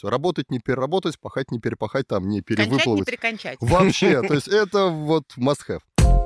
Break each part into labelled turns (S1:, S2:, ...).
S1: Работать, не переработать, пахать, не перепахать, там, не
S2: Кончать, не
S1: перевыплывать.
S2: перекончать.
S1: Вообще, то есть это вот must-have.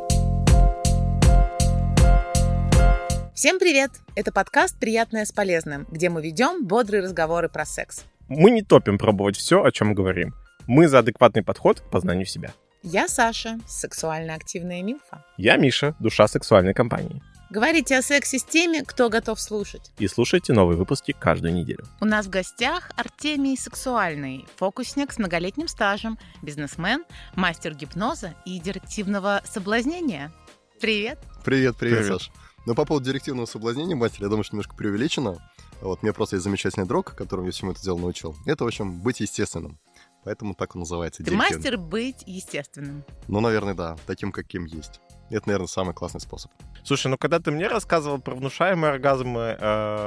S2: Всем привет! Это подкаст «Приятное с полезным», где мы ведем бодрые разговоры про секс.
S3: Мы не топим пробовать все, о чем говорим. Мы за адекватный подход к познанию себя.
S2: Я Саша, сексуально активная милфа.
S3: Я Миша, душа сексуальной компании.
S2: Говорите о сексе с теми, кто готов слушать.
S3: И слушайте новые выпуски каждую неделю.
S2: У нас в гостях Артемий Сексуальный, фокусник с многолетним стажем, бизнесмен, мастер гипноза и директивного соблазнения. Привет!
S1: Привет, Саш. Но по поводу директивного соблазнения, мастер, я думаю, что немножко преувеличено. Вот у меня просто есть замечательный друг, которому я всему это дело научил. Это, в общем, быть естественным. Поэтому так он называется.
S2: Ты мастер быть естественным.
S1: Ну, наверное, да. Таким, каким есть. Это, наверное, самый классный способ.
S3: Слушай, ну когда ты мне рассказывал про внушаемые оргазмы,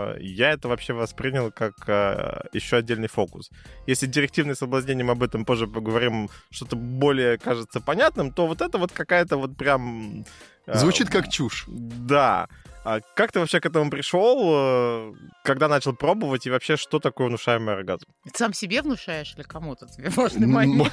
S3: я это вообще воспринял как еще отдельный фокус. Если директивное соблазнение, мы об этом позже поговорим, что-то более кажется понятным, то вот это вот какая-то вот прям...
S1: Звучит как чушь.
S3: Да. А как ты вообще к этому пришел, когда начал пробовать, и вообще, что такое внушаемый оргазм?
S2: Ты сам себе внушаешь или кому-то тебе важный момент?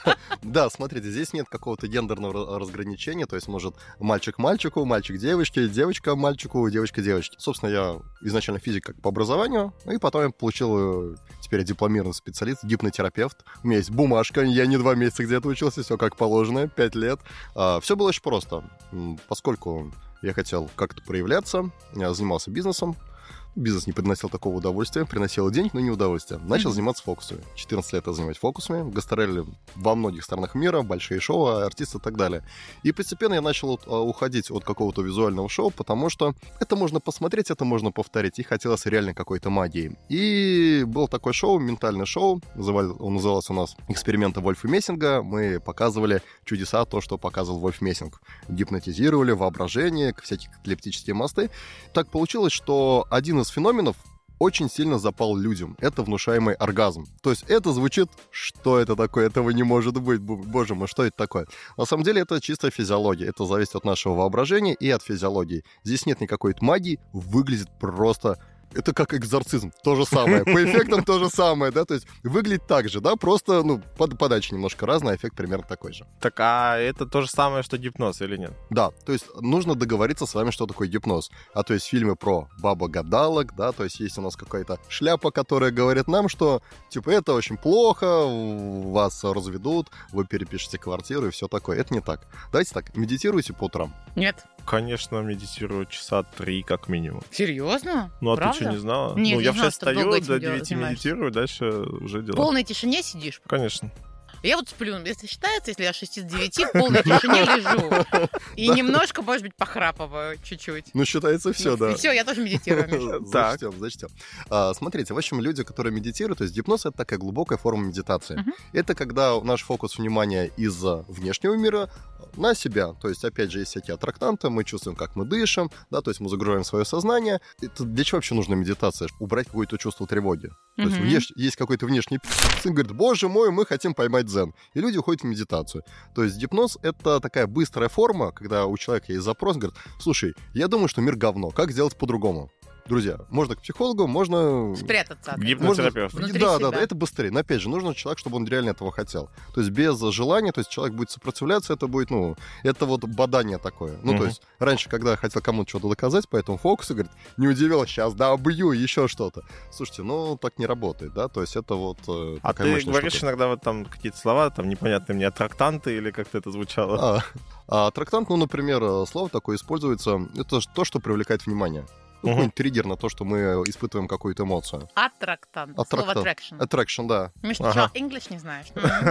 S1: Да, смотрите, здесь нет какого-то гендерного разграничения, то есть может мальчик мальчику, мальчик девочке, девочка мальчику, девочка девочке. Собственно, я изначально физик как по образованию, и потом я получил, теперь я дипломированный специалист, гипнотерапевт. У меня есть бумажка, я не 2 месяца где-то учился, все как положено, 5 лет. Все было очень просто, поскольку... Я хотел как-то проявляться, я занимался бизнесом. Бизнес не приносил такого удовольствия, приносил денег, но не удовольствия. Начал заниматься фокусами. 14 лет я занимаюсь фокусами, гастролировали во многих странах мира, большие шоу, артисты и так далее. И постепенно я начал уходить от какого-то визуального шоу, потому что это можно посмотреть, это можно повторить, и хотелось реально какой-то магии. И было такое шоу, ментальное шоу, он назывался у нас «Эксперименты Вольфа Мессинга». Мы показывали чудеса, то, что показывал Вольф Мессинг. Гипнотизировали воображение, всякие каталептические мосты. Так получилось, что один из феноменов очень сильно запал людям. Это внушаемый оргазм. То есть это звучит, что это такое? Этого не может быть. Боже мой, что это такое? На самом деле это чистая физиология. Это зависит от нашего воображения и от физиологии. Здесь нет никакой магии. Выглядит просто... Это как экзорцизм, то же самое. По эффектам то же самое, да, то есть выглядит так же, да, просто, подача немножко разная, эффект примерно такой же.
S3: Так, а это то же самое, что гипноз или нет?
S1: Да, то есть нужно договориться с вами, что такое гипноз. А то есть фильмы про баба-гадалок, да, то есть есть у нас какая-то шляпа, которая говорит нам, что, типа, это очень плохо, вас разведут, вы перепишете квартиру и все такое. Это не так. Давайте так, медитируйте по утрам.
S2: Нет.
S3: Конечно, медитирую часа 3 как минимум.
S2: Серьезно?
S3: Ну, а
S2: Правда?
S3: ты что, не знала?
S2: Нет,
S3: я
S2: не
S3: в
S2: знала,
S3: 6
S2: что долго
S3: встаю,
S2: этим
S3: до 9
S2: занимаешься.
S3: медитирую, дальше уже
S2: В
S3: дела.
S2: полной тишине сидишь?
S3: Конечно.
S2: Я вот сплю, если считается, если я с 6 до 9 в полной тишине лежу. И немножко, может быть, похрапываю чуть-чуть.
S1: Ну, считается все, да.
S2: И все, я тоже медитирую, Миша.
S1: Зачтем. Смотрите, в общем, люди, которые медитируют, то есть гипноз — это такая глубокая форма медитации. Это когда наш фокус внимания из внешнего мира на себя. То есть, опять же, есть всякие аттрактанты, мы чувствуем, как мы дышим, да, то есть мы загружаем свое сознание. Это для чего вообще нужна медитация? Убрать какое-то чувство тревоги. То есть есть какой-то внешний и говорит: боже мой, мы хотим поймать дзен. И люди уходят в медитацию. То есть гипноз — это такая быстрая форма, когда у человека есть запрос, говорит: слушай, я думаю, что мир говно, как сделать по-другому? Друзья, можно к психологу, можно...
S2: Спрятаться от этого.
S3: Гипнотерапевт.
S1: Да, это быстрее. Но опять же, нужен человек, чтобы он реально этого хотел. То есть без желания, то есть человек будет сопротивляться, это будет, это вот бадание такое. То есть раньше, когда я хотел кому-то что-то доказать по этому фокусу, говорит, не удивило, сейчас добью, еще что-то. Слушайте, так не работает, да, то есть это вот
S3: А
S1: такая
S3: ты говоришь
S1: штука.
S3: иногда вот там какие-то слова, там непонятные мне, аттрактанты или как-то это звучало?
S1: Аттрактант, например, слово такое используется, это то, что привлекает внимание. Какой-нибудь триггер на то, что мы испытываем какую-то эмоцию.
S2: Аттрактант. Слово attraction.
S1: Attraction, да.
S2: Миш, ты что, English не знаешь?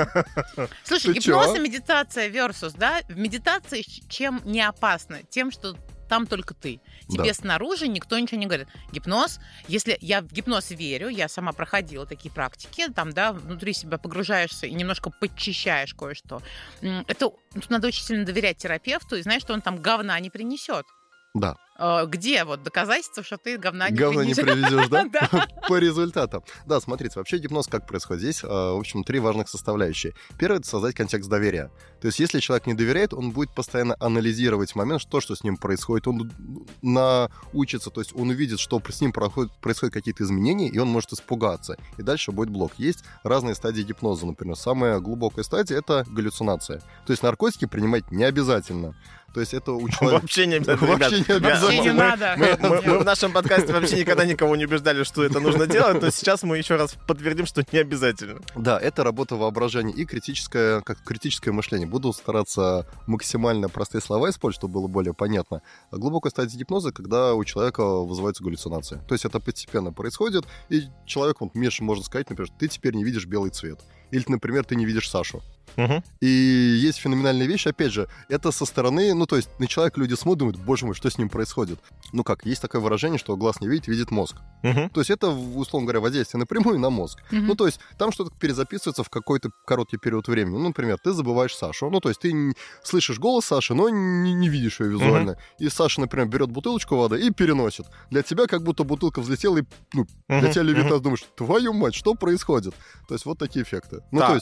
S2: Слушай,
S1: Ты
S2: гипноз
S1: чё?
S2: и медитация versus, да? В медитации чем не опасно? Тем, что там только ты. Тебе снаружи никто ничего не говорит. Гипноз, если я в гипноз верю, я сама проходила такие практики, там, да, внутри себя погружаешься и немножко подчищаешь кое-что. Это тут надо очень сильно доверять терапевту и знать, что он там говна не принесет.
S1: Да.
S2: Где вот доказательства, что ты говна не
S1: привезешь, да? По результатам. Да, смотрите, вообще гипноз как происходит? Здесь, в общем, 3 важных составляющие. Первое — это создать контекст доверия. То есть если человек не доверяет, он будет постоянно анализировать момент, что с ним происходит. Он научится, то есть он увидит, что с ним происходят какие-то изменения, и он может испугаться. И дальше будет блок. Есть разные стадии гипноза. Например, самая глубокая стадия — это галлюцинация. То есть наркотики принимать не обязательно. То есть это у человека...
S3: Вообще не обязательно.
S2: Вообще не надо.
S3: Мы в нашем подкасте вообще никогда никого не убеждали, что это нужно делать, но сейчас мы еще раз подтвердим, что не обязательно.
S1: Да, это работа воображения и критическое мышление. Буду стараться максимально простые слова использовать, чтобы было более понятно. Глубокая стадия гипноза, когда у человека вызывается галлюцинация. То есть это постепенно происходит, и человек, Миша, можно сказать, например, ты теперь не видишь белый цвет. Или, например, ты не видишь Сашу. И есть феноменальная вещь, опять же, это со стороны, то есть на человека люди смотрят, думают, боже мой, что с ним происходит? Есть такое выражение, что глаз не видит, видит мозг. То есть это, условно говоря, воздействие напрямую на мозг. То есть там что-то перезаписывается в какой-то короткий период времени. Например, ты забываешь Сашу. То есть ты слышишь голос Саши, но не видишь ее визуально. И Саша, например, берет бутылочку воды и переносит. Для тебя как будто бутылка взлетела, и для тебя левитас, думаешь, твою мать, что происходит? То есть вот такие эффекты.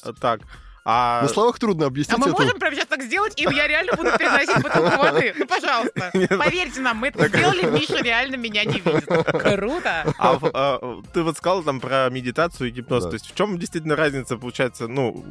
S1: На словах трудно объяснить
S2: мы
S1: это.
S2: можем прямо сейчас так сделать, и я реально буду переносить бутылку воды? Пожалуйста. Поверьте нам, мы это сделали, Миша реально меня не видит. Круто.
S3: Ты вот сказал там про медитацию и гипноз.
S1: Да.
S3: То есть в чем действительно разница, получается,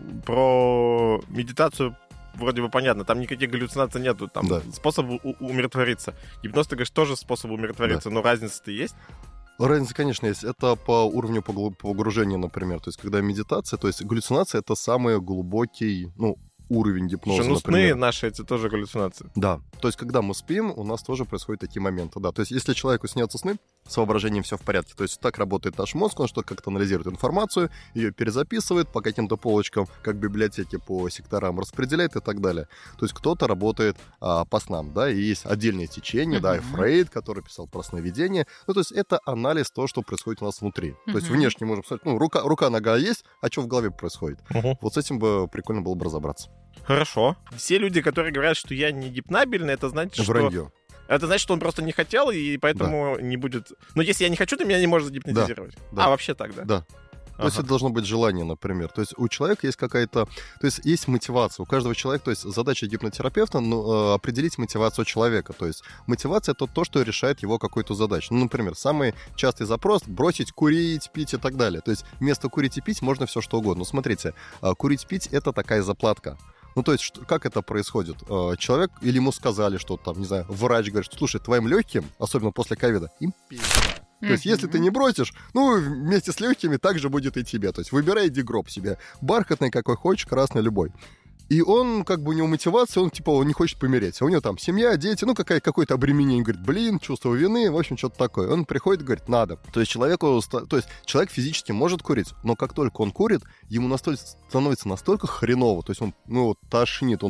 S3: про медитацию вроде бы понятно, там никаких галлюцинаций нету, там способ умиротвориться. Гипноз, ты говоришь, тоже способ умиротвориться, но разница-то есть?
S1: Разница, конечно, есть. Это по уровню погружения, например. То есть, когда медитация, то есть галлюцинация — это самый глубокий, уровень гипноза,
S3: сны наши, это тоже галлюцинации.
S1: Да. То есть, когда мы спим, у нас тоже происходят такие моменты. Да. То есть, если человеку снятся сны, с воображением все в порядке. То есть, так работает наш мозг, он что-то как-то анализирует информацию, ее перезаписывает по каким-то полочкам, как библиотеки по секторам распределяет и так далее. То есть, кто-то работает по снам, да, и есть отдельные течения, да, и Фрейд, который писал про сновидения. То есть, это анализ того, что происходит у нас внутри. То есть, внешне можем сказать, рука, нога есть, а что в голове происходит? Вот с этим бы прикольно было бы разобраться.
S3: Хорошо. Все люди, которые говорят, что я не гипнабельный, это значит,
S1: Вранье.
S3: Это значит, что он просто не хотел, и поэтому не будет... Если я не хочу, то меня не может загипнотизировать.
S1: Да.
S3: Вообще так, да?
S1: Да. То есть это должно быть желание, например. То есть у человека есть какая-то... То есть есть мотивация. У каждого человека... То есть задача гипнотерапевта определить мотивацию человека. То есть мотивация — это то, что решает его какую-то задачу. Например, самый частый запрос — бросить курить, пить и так далее. То есть вместо курить и пить можно все что угодно. Смотрите, курить, пить — это такая заплатка. То есть, как это происходит? Человек, или ему сказали, что там, не знаю, врач говорит, что, слушай, твоим легким, особенно после ковида, им пизда. То есть, если ты не бросишь, вместе с легкими так же будет и тебе. То есть, выбирай, иди гроб себе. Бархатный, какой хочешь, красный, любой. И он, у него мотивация, он не хочет помереть. У него там семья, дети, какое-то обременение. Говорит, чувство вины, в общем, что-то такое. Он приходит и говорит, надо. То есть человек физически может курить, но как только он курит, ему становится настолько хреново, то есть он, тошнит,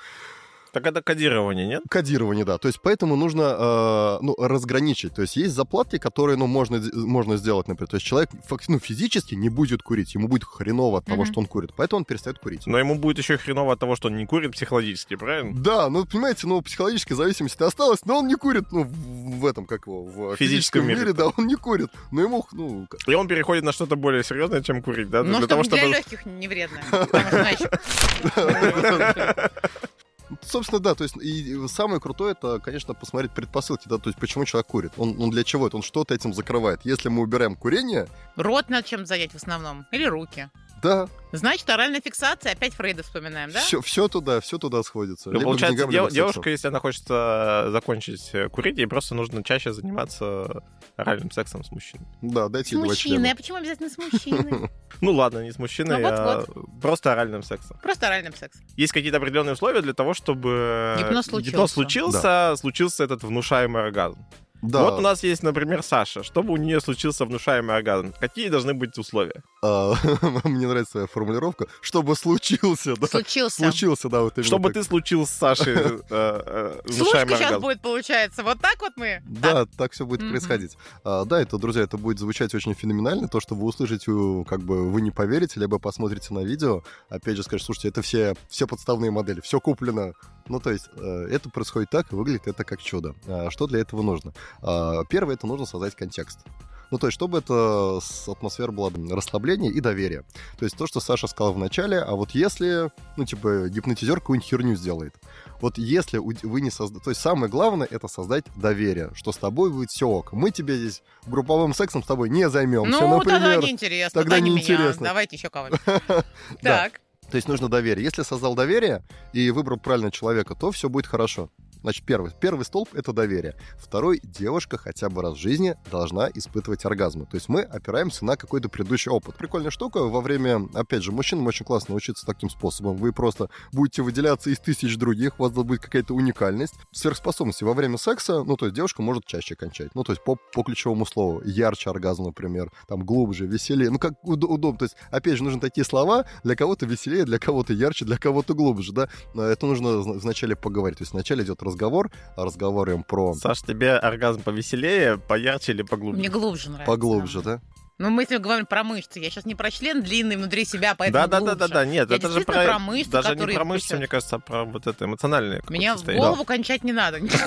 S3: Так это кодирование, нет?
S1: Кодирование, да. То есть поэтому нужно разграничить. То есть есть заплатки, которые можно сделать, например. То есть человек физически не будет курить, ему будет хреново от того, что он курит. Поэтому он перестает курить.
S3: Но ему будет еще хреново от того, что он не курит психологически, правильно?
S1: Да, понимаете, психологическая зависимость осталась, но он не курит, в этом, в физическом мире, да, он не курит. Но ему,
S3: И он переходит на что-то более серьезное, чем курить, да?
S2: Но для легких не вредно.
S1: Собственно, да, то есть и самое крутое — это, конечно, посмотреть предпосылки, да, то есть почему человек курит, он для чего это, он что-то этим закрывает. Если мы убираем курение...
S2: Рот надо чем занять в основном, или руки.
S1: Да.
S2: Значит, оральная фиксация, опять Фрейда вспоминаем, да?
S1: Все туда сходится.
S3: Получается, девушка, если она хочет закончить курить, ей просто нужно чаще заниматься оральным сексом с мужчиной.
S1: Да, дайте ей 2 члена.
S2: С мужчиной, а почему обязательно с мужчиной?
S3: Ладно, не с мужчиной, а просто оральным сексом.
S2: Просто оральным сексом.
S3: Есть какие-то определенные условия для того, чтобы гипноз случился этот внушаемый оргазм.
S1: Да.
S3: Вот у нас есть, например, Саша. Чтобы у нее случился внушаемый оргазм, какие должны быть условия?
S1: Мне нравится твоя формулировка. Чтобы случился, да? Случился, да, вот именно.
S3: Чтобы ты случил с Сашей внушаемый оргазм.
S2: Сейчас будет, получается. Вот так вот мы?
S1: Да, так все будет происходить. Да, это, друзья, это будет звучать очень феноменально. То, что вы услышите, вы не поверите, либо посмотрите на видео. Опять же, скажете, слушайте, это все подставные модели. Все куплено Ну, то есть это происходит так, и выглядит это как чудо. Что для этого нужно? Первое, это нужно создать контекст. Ну, то есть, чтобы это атмосфера была расслабления и доверия. То есть, то, что Саша сказал в начале, а вот если, ну, типа, гипнотизер какую-нибудь херню сделает. Вот если вы не создаете... То есть, самое главное — это создать доверие, что с тобой будет все ок. Мы тебе здесь групповым сексом с тобой не займемся,
S2: ну,
S1: например.
S2: тогда неинтересно.
S1: Тогда
S2: не
S1: неинтересно.
S2: Меня. Давайте еще кого-нибудь.
S1: Так. То есть нужно доверие. Если создал доверие и выбрал правильного человека, то все будет хорошо. Значит, первый столб — это доверие. Второй — девушка хотя бы раз в жизни должна испытывать оргазмы. То есть мы опираемся на какой-то предыдущий опыт. Прикольная штука. Во время, опять же, мужчинам очень классно научиться таким способом. Вы просто будете выделяться из тысяч других, у вас будет какая-то уникальность. Сверхспособности во время секса, ну, то есть девушка может чаще кончать. Ну, то есть по ключевому слову. Ярче оргазм, например. Там глубже, веселее. Ну, как удобно. То есть, опять же, нужны такие слова. Для кого-то веселее, для кого-то ярче, для кого-то глубже, да. Это нужно вначале поговорить. То есть вначале идет разговор, а разговариваем про...
S3: Саш, тебе оргазм повеселее, поярче или поглубже?
S2: Мне глубже нравится.
S1: Поглубже, да?
S2: Ну, мы если говорим про мышцы, я сейчас не про член длинный внутри себя, поэтому глубже.
S3: Да, нет,
S2: я
S3: это же про
S2: мышцы,
S3: даже
S2: которые...
S3: не про мышцы, мне кажется, а про вот это эмоциональное.
S2: Меня в голову кончать не надо. Не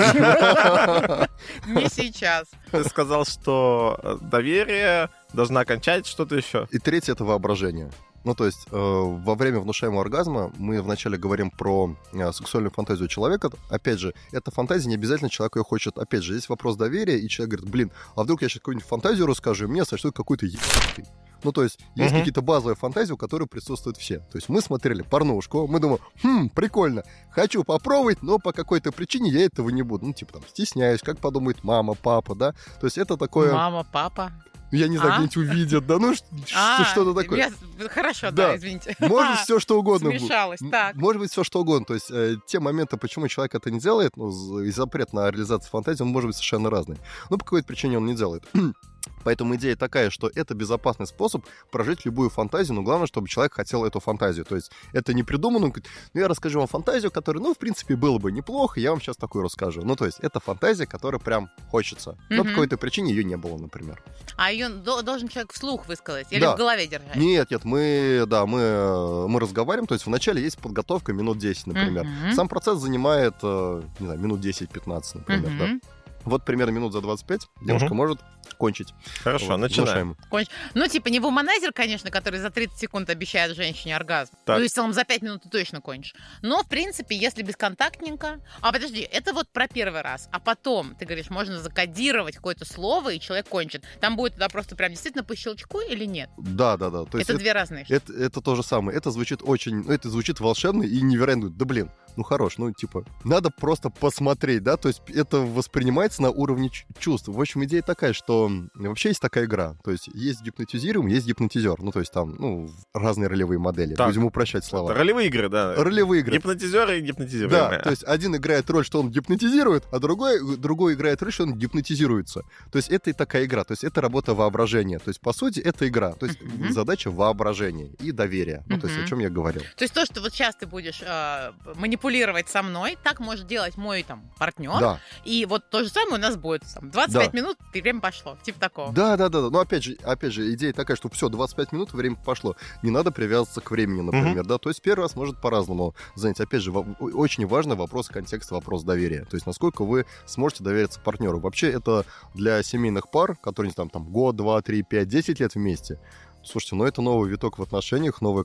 S2: сейчас.
S3: Ты сказал, что доверие должна кончать, что-то еще.
S1: И третье — это воображение. Ну, то есть во время внушаемого оргазма мы вначале говорим про сексуальную фантазию человека. Опять же, эта фантазия не обязательно человек ее хочет. Опять же, здесь вопрос доверия, и человек говорит, блин, а вдруг я сейчас какую-нибудь фантазию расскажу, и мне сочтут какой-то ебаный. Ну, то есть есть какие-то базовые фантазии, у которых присутствуют все. То есть мы смотрели порнушку, мы думаем, прикольно, хочу попробовать, но по какой-то причине я этого не буду. Ну, типа там стесняюсь, как подумает мама, папа, да? То есть это такое...
S2: Мама, папа?
S1: Я не знаю, где-нибудь увидят, да, ну что-то такое.
S2: Хорошо, да, извините.
S1: Может все что угодно.
S2: Смешалось, так.
S1: Может быть все что угодно. То есть те моменты, почему человек это не делает, ну, и запрет на реализацию фантазии, он может быть совершенно разный. Но по какой-то причине он не делает. Поэтому идея такая, что это безопасный способ прожить любую фантазию, но главное, чтобы человек хотел эту фантазию. То есть это не придумано, он говорит, ну я расскажу вам фантазию, которая, ну, в принципе, было бы неплохо, я вам сейчас такую расскажу. Ну, то есть это фантазия, которая прям хочется. Но по какой-то причине ее не было, например.
S2: А ее должен человек вслух высказать или в голове держать?
S1: Нет, мы разговариваем, то есть вначале есть подготовка минут 10, например. Сам процесс занимает, не знаю, минут 10-15, например, да. Вот примерно минут за 25 девушка может кончить.
S3: Хорошо, начинаем.
S2: Ну, типа не вуманайзер, конечно, который за 30 секунд обещает женщине оргазм. Так. Ну, и в целом за 5 минут ты точно кончишь. Но, в принципе, если бесконтактненько... А, подожди, это вот про первый раз. А потом, ты говоришь, можно закодировать какое-то слово, и человек кончит. Там будет туда просто прям действительно по щелчку или нет?
S1: Да. То есть
S2: это две разные штуки.
S1: Это то же самое. Это звучит очень... Ну, это звучит волшебно и невероятно. Да, блин, ну, хорош. Ну, типа, надо просто посмотреть, да? То есть это воспринимается на уровне чувств. В общем, идея такая, что вообще есть такая игра. То есть есть гипнотизируем, есть гипнотизер. Ну, то есть там, ну, разные ролевые модели. Так, будем упрощать слова.
S3: Ролевые игры, да.
S1: Ролевые игры.
S3: Гипнотизеры и гипнотизируемые.
S1: Да, то есть один играет роль, что он гипнотизирует, а другой играет роль, что он гипнотизируется. То есть это и такая игра. То есть это работа воображения. То есть, по сути, это игра. То есть задача воображения и доверия. Ну, то есть о чем я говорил.
S2: То есть то, что вот сейчас ты будешь манипулировать со мной, так может делать мой там партнер.
S1: Да.
S2: И вот то же самое у нас будет. 25 минут, и время пошло. Типа такого.
S1: Да. Но опять же, идея такая, что все, 25 минут, время пошло. Не надо привязываться к времени, например, да. То есть первый раз может по-разному занять. Опять же, очень важный вопрос контекста, вопрос доверия. То есть насколько вы сможете довериться партнеру. Вообще это для семейных пар, которые там год, 2, 3, 5, 10 лет вместе. Слушайте, ну это новый виток в отношениях, новый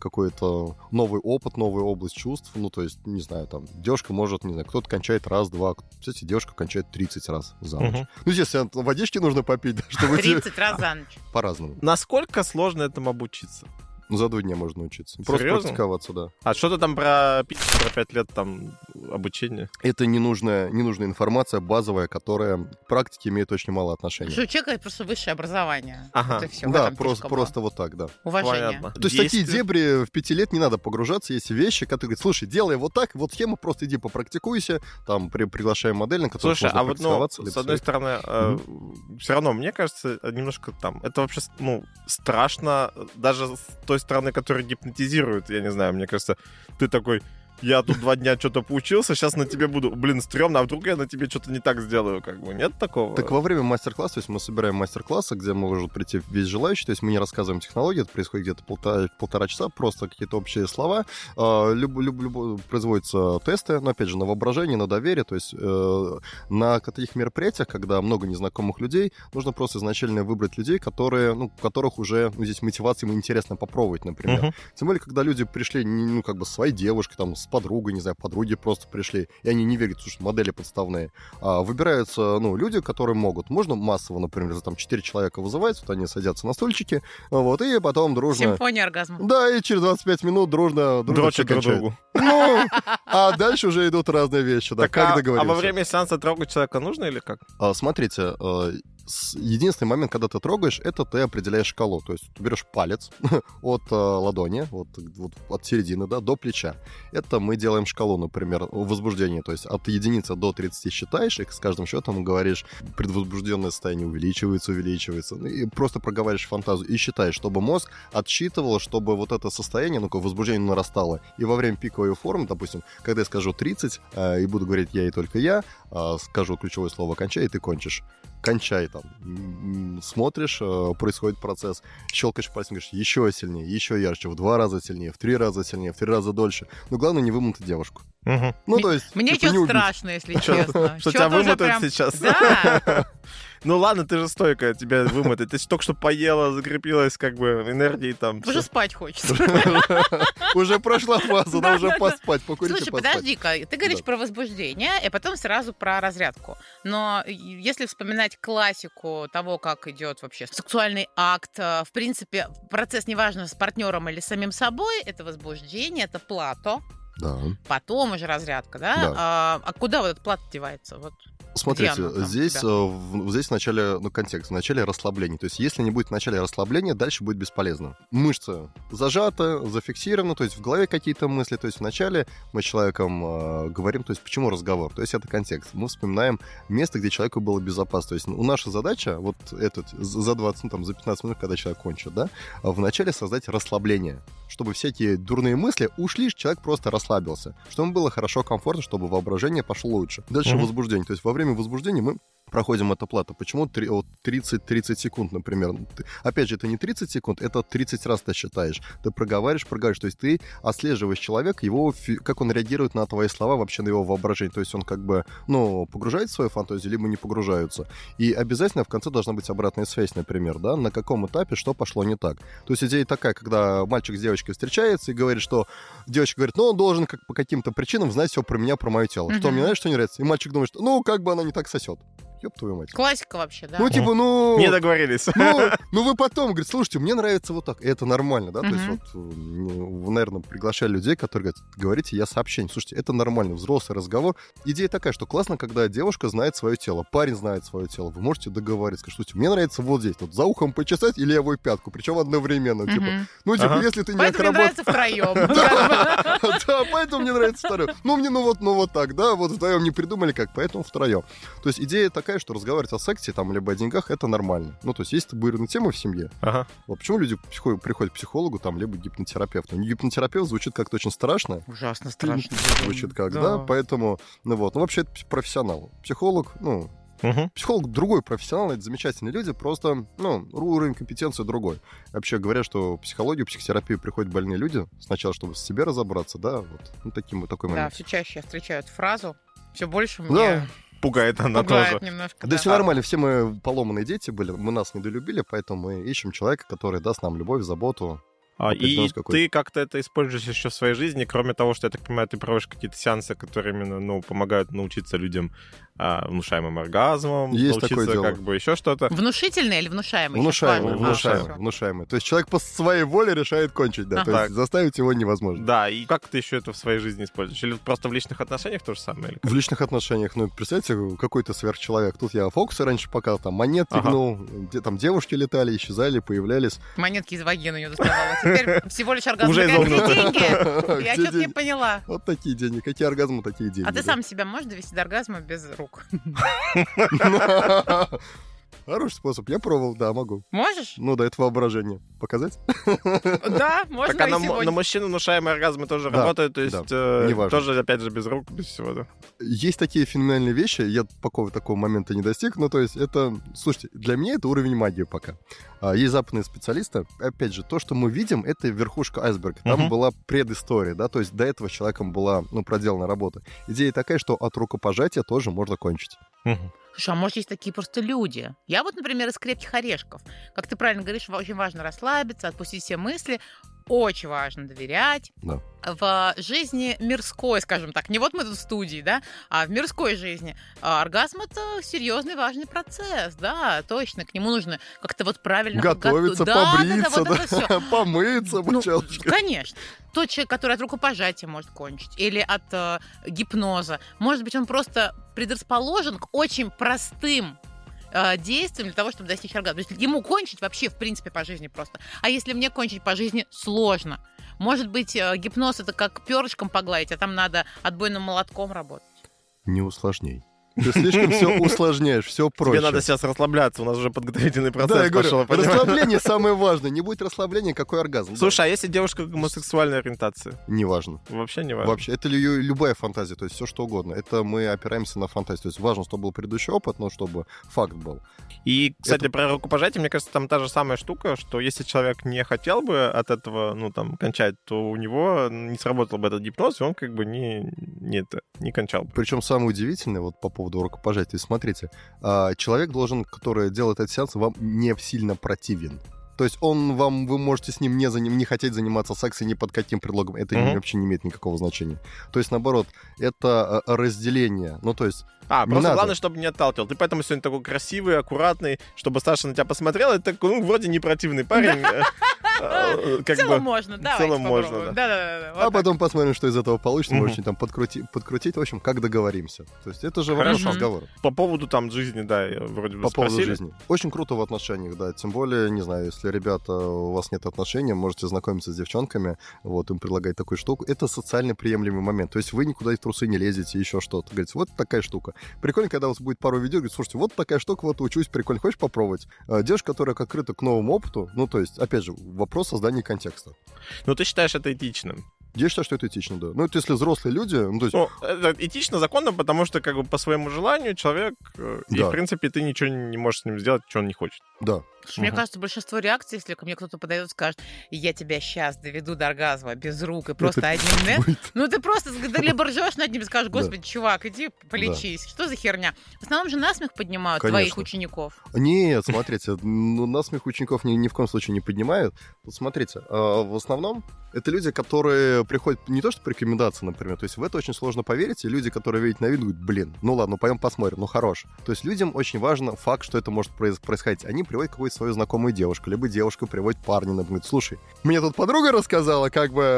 S1: опыт, новая область чувств. Ну, то есть, не знаю, там, девушка может, не знаю, кто-то кончает раз-два. Кстати, девушка кончает 30 раз за ночь. Ну, естественно, водички нужно попить, да, чтобы...
S2: 30 раз за ночь.
S1: По-разному.
S3: Насколько сложно этому обучиться?
S1: Ну, за 2 дня можно учиться.
S3: Серьезно?
S1: Просто практиковаться, да.
S3: А что ты там про 5 лет там обучения?
S1: Это ненужная информация базовая, которая к практике имеет очень мало отношения.
S2: Что у человека просто высшее образование.
S3: Ага.
S2: Это все,
S1: да, просто вот так, да.
S2: Уважение.
S3: Понятно.
S1: То есть такие дебри в 5 лет не надо погружаться. Есть вещи, которые говорят, слушай, делай вот так, вот схема, просто иди попрактикуйся, там приглашаем модель, на которой можно практиковаться.
S3: С одной стороны, все равно, мне кажется, немножко там, это вообще, страшно, даже с той стороны, которая гипнотизирует, я не знаю, мне кажется, ты такой, я тут 2 дня что-то поучился, сейчас на тебе буду, блин, стрёмно, а вдруг я на тебе что-то не так сделаю, как бы, нет такого?
S1: Так во время мастер-класса, то есть мы собираем мастер-классы, где может прийти весь желающий, то есть мы не рассказываем технологии, это происходит где-то полтора часа, просто какие-то общие слова, производятся тесты, но опять же на воображение, на доверие, то есть на таких мероприятиях, когда много незнакомых людей, нужно просто изначально выбрать людей, которые, у которых уже здесь мотивация, им интересно попробовать, например. Тем более, когда люди пришли, как бы с своей девушкой, там, с подругой, не знаю, подруги просто пришли, и они не верят, что модели подставные. Выбираются, люди, которые могут. Можно массово, например, там 4 человека вызывать, вот они садятся на стульчики, вот, и потом дружно...
S2: Симфония оргазма.
S1: Да, и через 25 минут дружно
S3: дрочат друг другу.
S1: А дальше уже идут разные вещи, да, как договориться.
S3: А во время сеанса трогать человека нужно или как?
S1: Смотрите, единственный момент, когда ты трогаешь, это ты определяешь шкалу. То есть ты берешь палец от ладони, вот от середины, да, до плеча. Это мы делаем шкалу, например, возбуждения. То есть от единицы до 30 считаешь, и с каждым счетом говоришь, предвозбужденное состояние увеличивается. И просто проговариваешь фантазию и считаешь, чтобы мозг отсчитывал, чтобы вот это состояние, возбуждение нарастало. И во время пиковой формы, допустим, когда я скажу 30, и буду говорить я и только я, скажу ключевое слово «кончай», и ты кончишь. Кончай там. Смотришь, происходит процесс, щелкаешь пальцем, говоришь, еще сильнее, еще ярче, в 2 раза сильнее, в 3 раза сильнее, в 3 раза дольше. Но главное не вымотать девушку. То есть...
S2: Мне что-то страшно, если честно.
S3: Что тебя вымотают сейчас?
S2: Да.
S3: Ну ладно, ты же стойкая, тебя вымотать. Ты только что поела, закрепилась, как бы, энергией там.
S2: Уже спать хочется.
S1: Уже прошла фаза, да, уже поспать, покурить и поспать.
S2: Слушай, подожди-ка, ты говоришь про возбуждение, и потом сразу про разрядку. Но если вспоминать классику того, как идет вообще сексуальный акт, в принципе, процесс, неважно, с партнером или с самим собой, это возбуждение, это плато.
S1: Да.
S2: Потом уже разрядка, да?
S1: Да.
S2: А куда вот этот плат девается? Вот.
S1: Смотрите, здесь в начале, контекст, в начале расслабления. То есть, если не будет в начале расслабления, дальше будет бесполезно. Мышца зажата, зафиксирована, то есть в голове какие-то мысли. То есть вначале мы с человеком говорим, то есть почему разговор. То есть это контекст. Мы вспоминаем место, где человеку было безопасно. То есть наша задача, вот за 20, за 15 минут, когда человек кончит, да, вначале создать расслабление. Чтобы всякие дурные мысли ушли, человек просто расслабился. Чтобы ему было хорошо, комфортно, чтобы воображение пошло лучше. Дальше возбуждение. То есть во время возбуждения мы проходим эту плату. Почему 30 секунд, например? Опять же, это не 30 секунд, это 30 раз ты считаешь. Ты проговариваешь. То есть ты отслеживаешь человека, как он реагирует на твои слова, вообще на его воображение. То есть он как бы, погружает в свою фантазию, либо не погружаются. И обязательно в конце должна быть обратная связь, например, да, на каком этапе что пошло не так. То есть идея такая, когда мальчик с девочкой встречается и говорит, что девочка говорит, он должен по каким-то причинам знать все про меня, про мое тело. Что мне нравится, что не нравится. И мальчик думает, что, как бы она не так сосет. Ёб твою мать.
S2: Классика вообще, да?
S3: Не договорились.
S1: Вы потом, говорит, слушайте, мне нравится вот так. И это нормально, да? То есть вы, наверное, приглашали людей, которые говорите, я сообщение. Слушайте, это нормально, взрослый разговор. Идея такая, что классно, когда девушка знает свое тело, парень знает свое тело. Вы можете договориться, сказать, слушайте, мне нравится вот здесь, за ухом почесать и левую пятку, причем одновременно. Если ты не
S2: поэтому мне нравится втроем.
S1: Да, поэтому мне нравится втроем. Мне вот так, да, вот вдвоем не придумали как, поэтому втроем. То есть идея такая, что разговаривать о сексе, либо о деньгах, это нормально. То есть есть табуированная тема в семье. Вот почему люди приходят к психологу, либо к гипнотерапевту? Гипнотерапевт звучит как-то очень страшно.
S2: Ужасно страшно.
S1: Звучит как, да, поэтому, вообще это профессионал. Психолог, психолог другой профессионал, это замечательные люди, просто, уровень компетенции другой. Вообще говорят, что психологию, психотерапию приходят больные люди сначала, чтобы с себе разобраться, да, такой момент.
S2: Да, все чаще я встречаю эту фразу, все больше мне...
S3: Пугает она тоже.
S2: Немножко,
S1: да, все нормально, все мы поломанные дети были, мы нас недолюбили, поэтому мы ищем человека, который даст нам любовь, заботу.
S3: И ты как-то это используешь еще в своей жизни, кроме того, что, я так понимаю, ты проводишь какие-то сеансы, которые именно, помогают научиться людям внушаемым оргазмом,
S1: есть
S3: научиться
S1: такое
S3: как бы еще что-то.
S2: Внушительный или внушаемый?
S1: Внушаемый. То есть человек по своей воле решает кончить, да, то есть заставить его невозможно.
S3: Да, и как ты еще это в своей жизни используешь? Или просто в личных отношениях то же самое?
S1: В личных отношениях, представьте, какой-то сверхчеловек. Тут я фокусы раньше пока монетки гнул, где там девушки летали, исчезали, появлялись.
S2: Монетки из вагины у нее доставалось. Теперь всего лишь оргазм.
S3: Уже
S2: какие деньги? Я что-то не поняла.
S1: Вот такие деньги. Какие оргазмы, такие деньги.
S2: А ты сам себя можешь довести до оргазма без рук?
S1: Хороший способ. Я пробовал, да, могу.
S2: Можешь?
S1: Ну да, это воображение. Показать?
S2: Да, можно
S3: Так,
S2: и сегодня.
S3: на мужчину внушаемые оргазмы тоже работают, то есть тоже, опять же, без рук, без всего, да?
S1: Есть такие феноменальные вещи, я пока такого момента не достиг, ну, то есть это, слушайте, для меня это уровень магии пока. Есть западные специалисты, опять же, то, что мы видим, это верхушка айсберга. Там была предыстория, да, то есть до этого человеком была, проделана работа. Идея такая, что от рукопожатия тоже можно кончить.
S2: Слушай, а может, есть такие просто люди? Я вот, например, из крепких орешков. Как ты правильно говоришь, очень важно расслабиться, отпустить все мысли. Очень важно доверять.
S1: Да.
S2: В жизни мирской, скажем так, не вот мы тут в студии, да, а в мирской жизни оргазм — это серьезный, важный процесс, да, точно, к нему нужно как-то вот правильно
S1: готовиться, побриться,
S2: да,
S1: помыться,
S2: конечно. Тот человек, который от рукопожатия может кончить, или от гипноза, может быть, он просто предрасположен к очень простым действием для того, чтобы достичь оргазма. То есть ему кончить вообще, в принципе, по жизни просто. А если мне кончить по жизни сложно? Может быть, гипноз — это как перышком погладить, а там надо отбойным молотком работать?
S1: Не усложняй. Ты слишком все усложняешь, все проще.
S3: Тебе надо сейчас расслабляться, у нас уже подготовительный процесс
S1: да, я
S3: пошел.
S1: Говорю, расслабление самое важное. Не будет расслабления, какой оргазм?
S3: Слушай, а если девушка гомосексуальной ориентации?
S1: Неважно.
S3: Вообще не важно?
S1: Вообще, это любая фантазия, то есть все что угодно. Это мы опираемся на фантазию. То есть важно, чтобы был предыдущий опыт, но чтобы факт был.
S3: И, кстати, про рукопожатие, мне кажется, там та же самая штука, что если человек не хотел бы от этого, кончать, то у него не сработал бы этот гипноз, и он как бы не кончал бы.
S1: Причем самое удивительное, вот по поводу рукопожатия, смотрите, человек должен, который делает этот сеанс, вам не сильно противен. То есть вы можете с ним не хотеть заниматься сексом ни под каким предлогом. Это вообще не имеет никакого значения. То есть, наоборот, это разделение. Ну, то есть...
S3: просто главное, чтобы не отталкивал. Ты поэтому сегодня такой красивый, аккуратный, чтобы Саша на тебя посмотрела, и такой, вроде не противный парень.
S2: В целом можно, да.
S3: В целом можно,
S2: да.
S1: А потом посмотрим, что из этого получится. Можете там подкрутить, в общем, как договоримся. То есть это же вопрос разговора.
S3: По поводу там жизни, да, вроде бы
S1: По
S3: спросили.
S1: поводу жизни. Очень круто в отношениях, да. Тем более, не знаю, если, ребята, у вас нет отношений, можете знакомиться с девчонками, им предлагать такую штуку. Это социально приемлемый момент. То есть вы никуда в трусы не лезете, еще что-то. Говорите, вот такая штука. Прикольно, когда у вас будет пару видео, говорит, слушайте, вот такая штука, вот учусь, прикольно, хочешь попробовать? Девушка, которая открыта к новому опыту, то есть, опять же, вопрос создания контекста.
S3: Ты считаешь это этичным?
S1: Я считаю, что это этично, да. Это если взрослые люди...
S3: это этично, законно, потому что как бы по своему желанию человек... И, в принципе, ты ничего не можешь с ним сделать, что он не хочет.
S1: Да.
S2: Мне кажется, большинство реакций, если ко мне кто-то подойдет и скажет, я тебя сейчас доведу до оргазма без рук и просто одним... ты просто либо ржешь над ним и скажешь, господи, чувак, иди полечись. Что за херня? В основном же насмех поднимают твоих учеников.
S1: Нет, смотрите, насмех учеников ни в коем случае не поднимают. Смотрите, в основном это люди, которые приходят не то что по рекомендации, например, то есть в это очень сложно поверить, и люди, которые видят на виду, говорят, ладно, пойдем посмотрим, хорош. То есть людям очень важен факт, что это может происходить. Они приводят какую-то свою знакомую девушку, либо девушка приводит парня, например, говорит, слушай, мне тут подруга рассказала,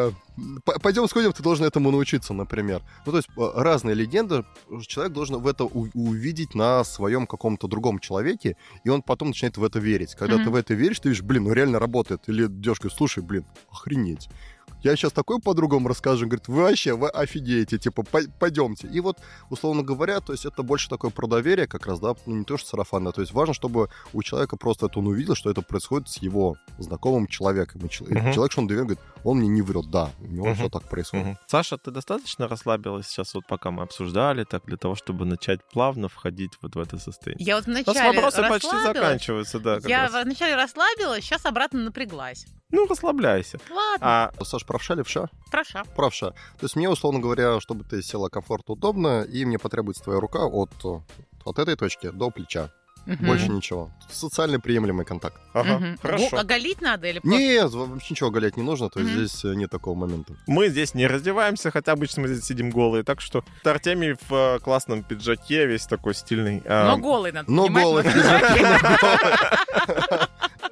S1: пойдем сходим, ты должен этому научиться, например. То есть разные легенды, человек должен в это увидеть на своем каком-то другом человеке, и он потом начинает в это верить. Когда ты в это веришь, ты видишь, реально работает. Или девушка, слушай, охренеть. Я сейчас такой подругам расскажу, говорит, вы офигеете, пойдемте. И условно говоря, то есть это больше такое про доверие как раз, да, не то что сарафанное. То есть важно, чтобы у человека просто он увидел, что это происходит с его знакомым человеком. И человек, что он доверяет, говорит, он мне не врет, да, у него все так происходит.
S3: Саша, ты достаточно расслабилась сейчас, пока мы обсуждали, так для того, чтобы начать плавно входить в это состояние?
S2: Я вначале
S3: вопросы почти заканчиваются, да.
S2: Я вначале расслабилась, сейчас обратно напряглась.
S3: Расслабляйся.
S2: Ладно.
S1: Саш, правша, левша?
S2: Правша.
S1: Правша. То есть мне, условно говоря, чтобы ты села комфортно, удобно, и мне потребуется твоя рука от этой точки до плеча. Больше ничего. Социально приемлемый контакт.
S3: Хорошо.
S2: Оголить надо или просто?
S1: Нет, вообще ничего оголять не нужно, то есть здесь нет такого момента.
S3: Мы здесь не раздеваемся, хотя обычно мы здесь сидим голые, так что Артемий в классном пиджаке, весь такой стильный.
S2: Но голый надо
S1: понимать. Но голый в пиджаке.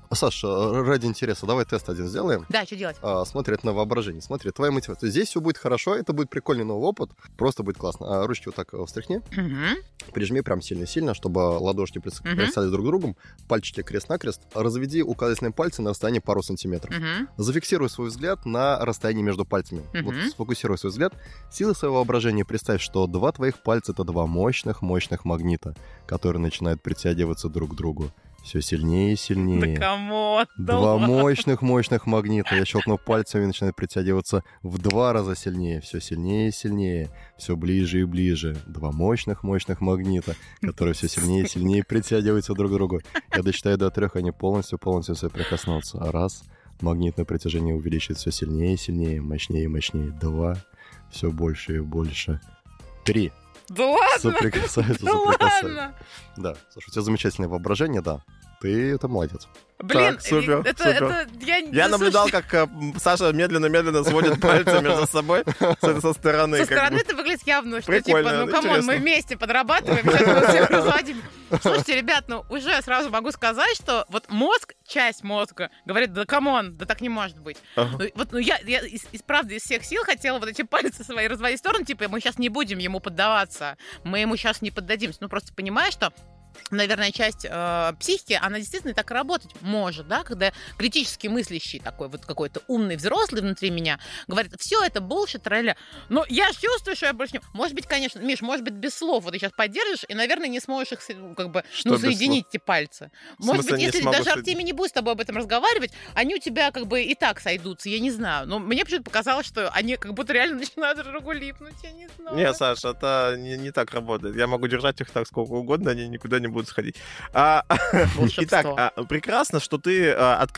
S1: Саша, ради интереса, давай тест один сделаем.
S2: Да, что делать?
S1: Смотри, это на воображение. Смотри, твоя мотивация. Здесь все будет хорошо, это будет прикольный новый опыт. Просто будет классно. Ручки вот так встряхни. Прижми прям сильно-сильно, чтобы ладошки присосались друг к другу. Пальчики крест-накрест. Разведи указательные пальцы на расстоянии пару сантиметров. Зафиксируй свой взгляд на расстоянии между пальцами. Вот сфокусируй свой взгляд. Силой своего воображения представь, что два твоих пальца — это два мощных магнита, которые начинают притягиваться друг к другу. Все сильнее и сильнее.
S2: Да камон!
S1: Два мощных магнита. Я щелкну пальцами и начинает притягиваться в 2 раза сильнее. Все сильнее и сильнее. Все ближе и ближе. Два мощных магнита, которые все сильнее и сильнее притягиваются друг к другу. Я досчитаю до 3, они полностью соприкоснутся. 1. Магнитное притяжение увеличивается все сильнее и сильнее. Мощнее и мощнее. 2. Все больше и больше. 3.
S2: Да ладно?
S1: Соприкасаются.
S2: Ладно?
S1: Да. Слушай, у тебя замечательное воображение, да. Ты это молодец.
S2: Блин,
S3: так, супер.
S2: Это
S3: я наблюдал, как Саша медленно сводит пальцы между собой со стороны.
S2: Со стороны это выглядит явно, что
S3: прикольно,
S2: типа, ну камон, мы вместе подрабатываем, сейчас мы всех разводим. Слушайте, ребят, уже сразу могу сказать, что вот часть мозга говорит, да камон, да так не может быть. Я правда из всех сил хотела вот эти пальцы свои разводить в сторону, типа мы сейчас не будем ему поддаваться, мы ему сейчас не поддадимся. Ну просто понимаешь, что наверное, часть психики, она действительно так работать может, да, когда критически мыслящий такой вот какой-то умный взрослый внутри меня говорит, все это bullshit, тролля. Но я чувствую, что я больше не... Может быть, конечно, Миш, может быть, без слов вот ты сейчас поддержишь, и, наверное, не сможешь их соединить, эти пальцы. Может быть, если даже Артемий не будет с тобой об этом разговаривать, они у тебя как бы и так сойдутся, я не знаю. Но мне почему-то показалось, что они как будто реально начинают друг другу липнуть, я не знаю.
S3: Не, Саш, это не так работает. Я могу держать их так сколько угодно, они никуда не будут сходить. Итак, прекрасно, что ты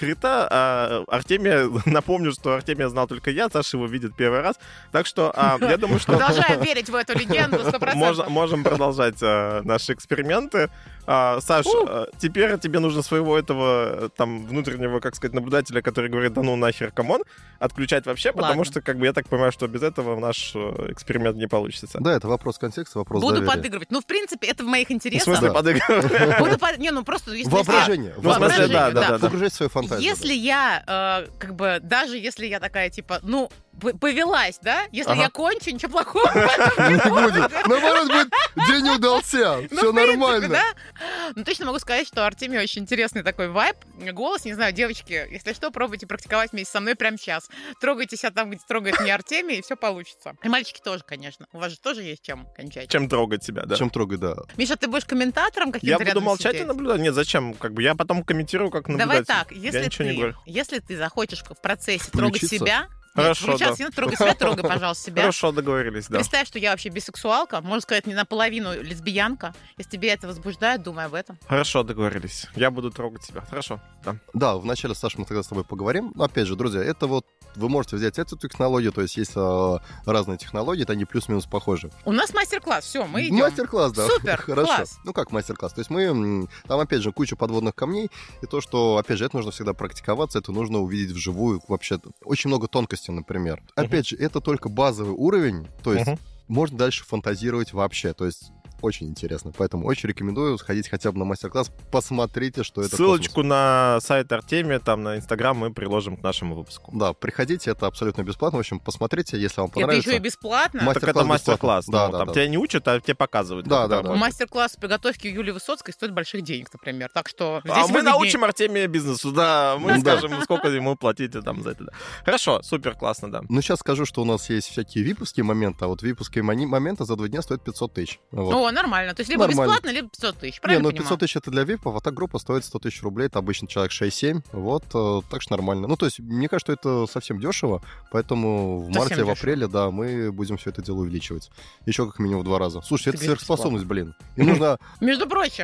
S3: открыта. Артемия, напомню, что Артемия знал только я, Саша его видит первый раз. Так что я думаю, что...
S2: Продолжаем верить в эту легенду 100%.
S3: Можем продолжать наши эксперименты. Саш, теперь тебе нужно своего этого там внутреннего, как сказать, наблюдателя, который говорит, да ну нахер, камон, отключать вообще, потому что, как бы, я так понимаю, что без этого наш эксперимент не получится.
S1: Да, это вопрос контекста, вопрос
S2: Буду
S1: доверия.
S2: подыгрывать. Ну, в принципе, это в моих интересах.
S3: В смысле подыгрывать?
S2: Не, ну просто...
S1: Воображение.
S3: Ну, в смысле, да.
S1: Погружать в свою фантазию.
S2: Если я, как бы, даже если я такая, типа, ну, повелась, да? Если я кончу, ничего плохого
S1: не будет. Наоборот, будет день удался. Все нормально.
S2: Ну, точно могу сказать, что Артемий очень интересный такой вайб. Голос, не знаю, девочки, если что, пробуйте практиковать вместе со мной прямо сейчас. Трогайте себя там, где трогает не Артемий, и все получится. И мальчики тоже, конечно. У вас же тоже есть чем кончать.
S3: Чем трогать себя, да.
S1: Чем трогать, да.
S2: Миша, ты будешь комментатором каким-то?
S3: Я буду молчать и наблюдать. Нет, зачем? Как бы я потом комментирую, как наблюдатель.
S2: Давай так, если ты захочешь в процессе трогать себя...
S3: Хорошо, да.
S2: Трогай себя, трогай, пожалуйста, себя.
S3: Хорошо, договорились, да.
S2: Представь, что я вообще бисексуалка, можно сказать, не наполовину лесбиянка. Если тебе это возбуждает, думай об этом.
S3: Хорошо, договорились. Я буду трогать себя. Хорошо, да.
S1: Да, вначале, Саша, мы тогда с тобой поговорим. Но, опять же, друзья, это вот вы можете взять эту технологию, то есть есть разные технологии, они плюс-минус похожи.
S2: У нас мастер-класс, все, мы идем.
S1: Мастер-класс, да.
S2: Супер,
S1: хорошо.
S2: Класс.
S1: Ну как мастер-класс? То есть мы, там, опять же, куча подводных камней, и то, что, опять же, это нужно всегда практиковаться, это нужно увидеть вживую вообще. Очень много тонкостей, например. Опять же, это только базовый уровень, то есть можно дальше фантазировать вообще, то есть очень интересно, поэтому очень рекомендую сходить хотя бы на мастер-класс, посмотрите, что это.
S3: Ссылочку
S1: космос.
S3: На сайт Артемия, там на Инстаграм мы приложим к нашему выпуску.
S1: Да, приходите, это абсолютно бесплатно, в общем, посмотрите, если вам понравится.
S2: Это еще и бесплатно?
S3: Так это мастер-класс,
S1: да,
S3: там тебя не учат, а тебе показывают.
S1: Да.
S2: Мастер-класс подготовки Юлии Высоцкой стоит больших денег, например, так что здесь
S3: мы научим Артемия бизнесу, да, мы скажем, сколько ему платить там за это. Хорошо, супер, классно, да.
S1: Ну, сейчас скажу, что у нас есть всякие виповские моменты, а вот виповские моменты за 2 дня стоят 500 тысяч.
S2: О, нормально, то есть либо бесплатно, либо 500 тысяч, правильно понимаю?
S1: 500 тысяч это для випов, а так группа стоит 100 тысяч рублей, это обычно человек 6-7, вот, так что нормально. Ну, то есть, мне кажется, что это совсем дешево, поэтому в марте, в апреле, да, мы будем все это дело увеличивать. Еще как минимум в 2 раза. Слушай, это сверхспособность, блин. И нужно...
S2: Между прочим,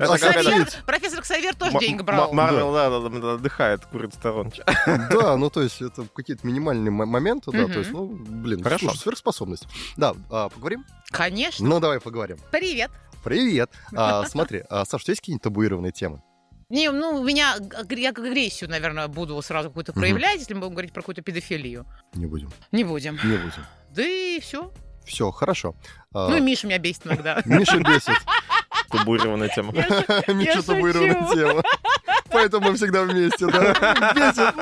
S2: профессор Ксавьер тоже деньги брал.
S3: Марвел, да, отдыхает, курит в сторонке.
S1: Да, ну, то есть, это какие-то минимальные моменты, да, то есть, ну, блин, слушай, сверхспособность. Да, поговорим?
S2: Конечно.
S1: Ну, давай поговорим.
S2: Привет.
S1: Привет. Смотри, Саш, у тебя есть какие-нибудь табуированные темы?
S2: Не, ну, я агрессию, наверное, буду сразу какую-то проявлять, если мы будем говорить про какую-то педофилию.
S1: Не будем.
S2: Не будем.
S1: Не будем.
S2: Да и все.
S1: Все, хорошо.
S2: Ну, и Миша меня бесит иногда.
S1: Миша бесит.
S3: Табуированная тема.
S1: Миша табуированная тема. Поэтому мы всегда вместе, да? Бесит.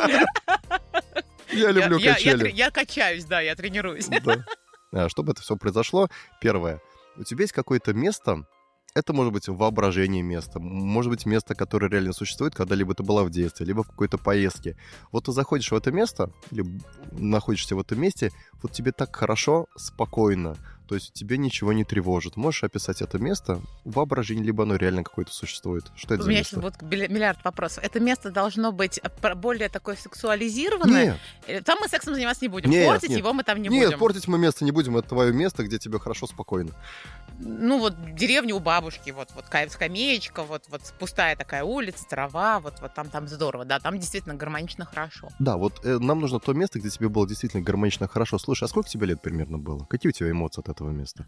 S1: Я люблю качели.
S2: Я качаюсь, да, я тренируюсь.
S1: Чтобы это все произошло, первое. У тебя есть какое-то место, это может быть воображение места, может быть место, которое реально существует, когда-либо ты была в детстве, либо в какой-то поездке. Вот ты заходишь в это место, или находишься в этом месте, вот тебе так хорошо, спокойно, то есть тебе ничего не тревожит. Можешь описать это место в воображении, либо оно реально какое-то существует? Что это за место?
S2: У меня есть вот миллиард вопросов. Это место должно быть более такое сексуализированное?
S1: Нет.
S2: Там мы сексом заниматься не будем. Портить его мы там не будем.
S1: Нет, портить мы место не будем. Это твое место, где тебе хорошо, спокойно.
S2: Ну вот деревня у бабушки, вот скамеечка, вот пустая такая улица, трава, вот там здорово, да, там действительно гармонично хорошо.
S1: Да, вот нам нужно то место, где тебе было действительно гармонично хорошо. Слушай, а сколько тебе лет примерно было? Какие у тебя эмоции от этого места?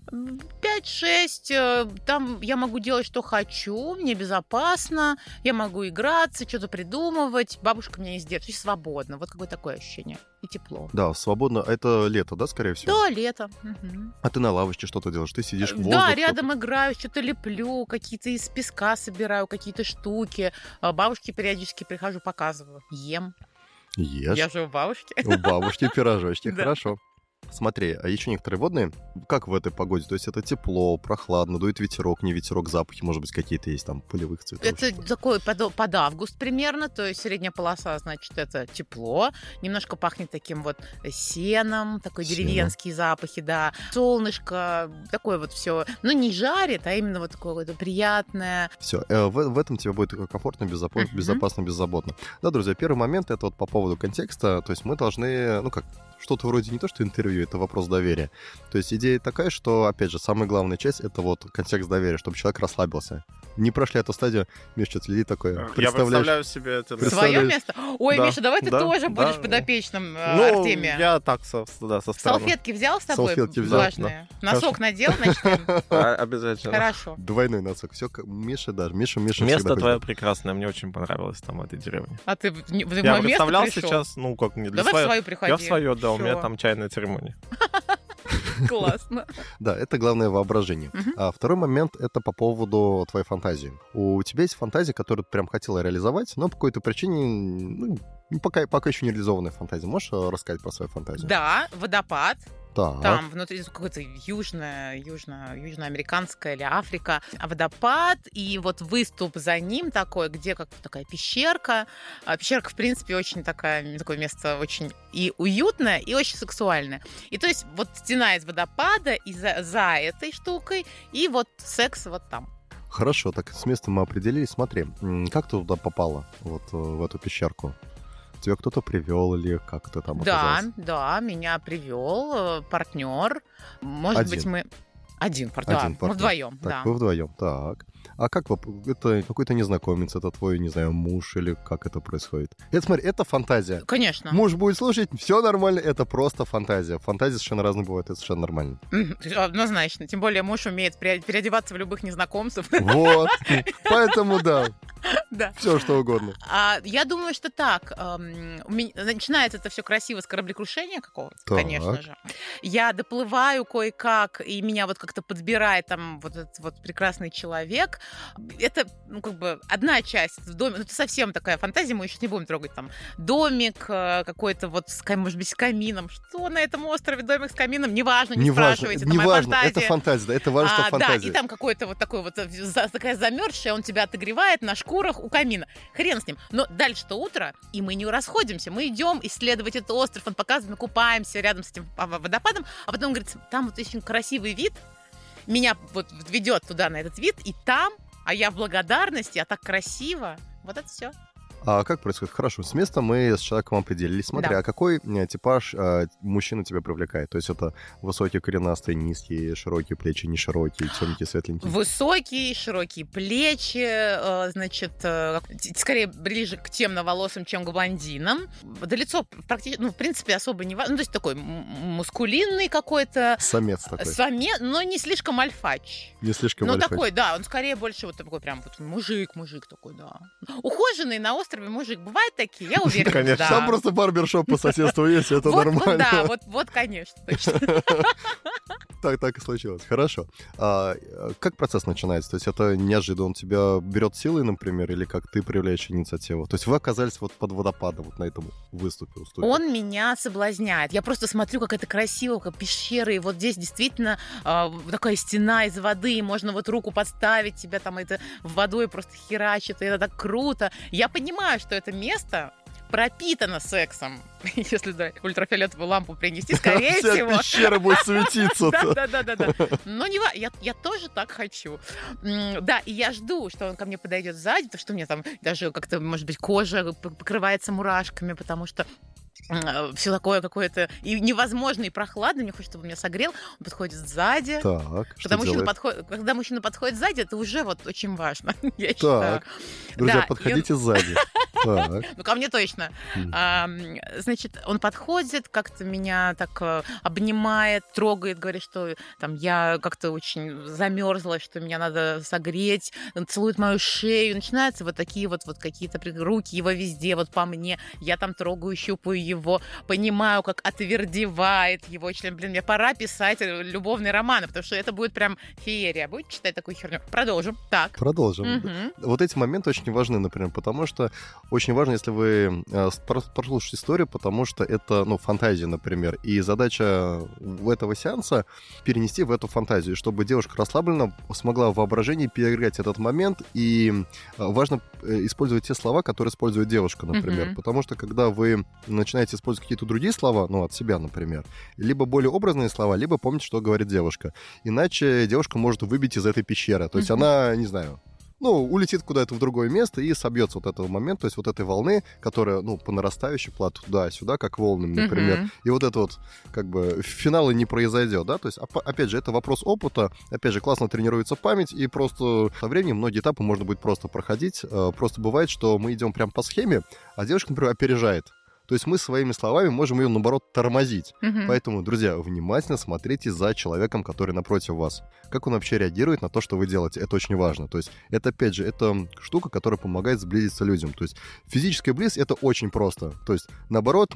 S2: 5-6, там я могу делать, что хочу, мне безопасно, я могу играться, что-то придумывать, бабушка меня не сдержит, свободно, вот какое такое ощущение. И тепло.
S1: Да, свободно. Это лето, да, скорее всего?
S2: Да, лето. Угу.
S1: А ты на лавочке что-то делаешь? Ты сидишь в воздухе?
S2: Да, рядом играю, что-то леплю, какие-то из песка собираю, какие-то штуки. Бабушке периодически прихожу, показываю. Ем.
S1: Ешь.
S2: Я же у бабушки.
S1: У бабушки пирожочки, хорошо. Смотри, а еще некоторые водные, как в этой погоде? То есть это тепло, прохладно, дует ветерок, не ветерок, запахи, может быть, какие-то есть там полевых цветов?
S2: Это такой под август примерно, то есть средняя полоса, значит, это тепло, немножко пахнет таким вот сеном, такой деревенские запахи, да, солнышко, такое вот все, но не жарит, а именно вот такое вот приятное.
S1: Все, в этом тебе будет комфортно, безопасно, беззаботно. Да, друзья, первый момент, это вот по поводу контекста, то есть мы должны, что-то вроде не то, что интервью, это вопрос доверия. То есть идея такая, что, опять же, самая главная часть — это вот контекст доверия, чтобы человек расслабился. Не прошли эту стадию, Миша, что-то следи такое.
S3: Я представляю себе это.
S2: Свое место? Ой,
S3: да,
S2: Миша, давай ты тоже будешь подопечным Артемия.
S3: Я так, со стороны.
S2: Салфетки взял с собой?
S1: Салфетки взял.
S2: Влажные? Носок надел, значит?
S3: Обязательно.
S2: Хорошо.
S1: Двойной носок. Все, Миша даже. Миша
S3: место твое прекрасное, мне очень понравилось там в этой деревне.
S2: А ты в мое место
S3: Я представлял
S2: пришел?
S3: сейчас, как мне для
S2: Давай в свою приходи.
S3: Я в свое, да, у меня там чайная церемония.
S2: Классно.
S1: Да, это главное воображение. А второй момент — это по поводу твоей фантазии. У тебя есть фантазия, которую ты прям хотела реализовать, но по какой-то причине, пока еще не реализованная фантазия. Можешь рассказать про свою фантазию?
S2: Да, водопад.
S1: Так.
S2: Там внутри какое-то южноамериканская или Африка водопад, и вот выступ за ним такой, где как такая пещерка. Пещерка, в принципе, очень такое место очень и уютное, и очень сексуальное. И то есть вот стена из водопада, и за этой штукой, и вот секс вот там.
S1: Хорошо, так с местом мы определились. Смотри, как ты туда попала, вот в эту пещерку? Тебя кто-то привел или как ты там оказалась?
S2: Да, меня привел партнер. Может быть, мы... Один партнер. Мы вдвоем,
S1: так,
S2: да.
S1: Вы вдвоем, так. А как вы... Это какой-то незнакомец, это твой, не знаю, муж или как это происходит? Это, смотри, это фантазия.
S2: Конечно.
S1: Муж будет слушать, все нормально, это просто фантазия. Фантазии совершенно разные бывают, это совершенно нормально.
S2: Однозначно. Тем более муж умеет переодеваться в любых незнакомцев.
S1: Вот. Поэтому да.
S2: Да.
S1: Все, что угодно.
S2: Я думаю, что так. Начинается это все красиво с кораблекрушения какого-то, конечно же. Я доплываю кое-как, и меня вот как-то подбирает там вот этот вот прекрасный человек. Это, одна часть в доме. Это совсем такая фантазия, мы еще не будем трогать там домик какой-то вот, может быть, с камином. Что на этом острове домик с камином? Неважно, не спрашивайте.
S1: Не важно, это фантазия, да, это важно, что фантазия.
S2: Да, и там какой-то вот такой вот такая замерзшая, он тебя отогревает на шкурах у камина. Хрен с ним. Но дальше-то утро, и мы не расходимся. Мы идем исследовать этот остров, он показывает, мы купаемся рядом с этим водопадом, а потом говорит, там вот очень красивый вид, меня вот ведет туда, на этот вид, и там, а я в благодарности, а так красиво. Вот это все.
S1: А как происходит? Хорошо, с места мы с человеком определились. Смотри,
S2: да.
S1: А какой типаж мужчина тебя привлекает? То есть это высокие, коренастые, низкие, широкие плечи, не широкие, темненькие, светленькие?
S2: Высокие, широкие плечи, значит, скорее ближе к темноволосым, чем к блондинам. Да лицо практически, в принципе, особо не важно. То есть такой мускулинный какой-то.
S1: Самец такой.
S2: Самец, но не слишком альфач.
S1: Не слишком альфач.
S2: Ну такой, да, он скорее больше вот такой прям вот мужик такой, да. Ухоженный на острове мужик. Бывают такие? Я уверена,
S1: конечно.
S2: Да.
S1: Там просто барбершоп по соседству есть, это нормально.
S2: Вот, конечно, точно.
S1: Так и случилось. Хорошо. Как процесс начинается? То есть это неожиданно он тебя берет силой, например, или как ты проявляешь инициативу? То есть вы оказались вот под водопадом вот на этом уступе.
S2: Он меня соблазняет. Я просто смотрю, как это красиво, как пещеры. И вот здесь действительно такая стена из воды. Можно вот руку подставить, тебя там это водой просто херачит. И это так круто. Я понимаю, что это место пропитано сексом. Если ультрафиолетовую лампу принести, скорее всего.
S1: Вся пещера будет светиться.
S2: Да. Но я тоже так хочу. Да, и я жду, что он ко мне подойдет сзади, потому что у меня там даже как-то, может быть, кожа покрывается мурашками, потому что все такое какое-то и невозможно, и прохладно. Мне хочется, чтобы он меня согрел. Он подходит сзади.
S1: Так,
S2: когда мужчина подходит сзади, это уже вот очень важно, я
S1: считаю. Друзья, подходите сзади.
S2: Ну, ко мне точно. Значит, он подходит, как-то меня так обнимает, трогает, говорит, что там я как-то очень замерзла, что меня надо согреть, он целует мою шею. Начинаются вот такие вот какие-то руки его везде, вот по мне. Я там трогаю, щупаю его, понимаю, как отвердевает его член. Блин, мне пора писать любовные романы, потому что это будет прям феерия. Будете читать такую херню? Продолжим. Так.
S1: Продолжим. Угу. Вот эти моменты очень важны, например, потому что очень важно, если вы прослушаете историю, потому что это, фантазия, например. И задача этого сеанса перенести в эту фантазию, чтобы девушка расслабленно смогла в воображении переиграть этот момент. И важно использовать те слова, которые использует девушка, например. Потому что когда вы начинаете использовать какие-то другие слова, от себя, например, либо более образные слова, либо помните, что говорит девушка. Иначе девушка может выбить из этой пещеры. То есть она, не знаю, улетит куда-то в другое место и собьется вот этого момента, то есть вот этой волны, которая, по нарастающей плату туда-сюда, как волнами, например. И вот это вот, финала не произойдет, да, то есть, опять же, это вопрос опыта, опять же, классно тренируется память, и просто со временем многие этапы можно будет просто проходить. Просто бывает, что мы идем прям по схеме, а девушка, например, опережает. То есть мы своими словами можем ее, наоборот, тормозить. Поэтому, друзья, внимательно смотрите за человеком, который напротив вас. Как он вообще реагирует на то, что вы делаете. Это очень важно. То есть это, опять же, это штука, которая помогает сблизиться людям. То есть физическая близость — это очень просто. То есть, наоборот,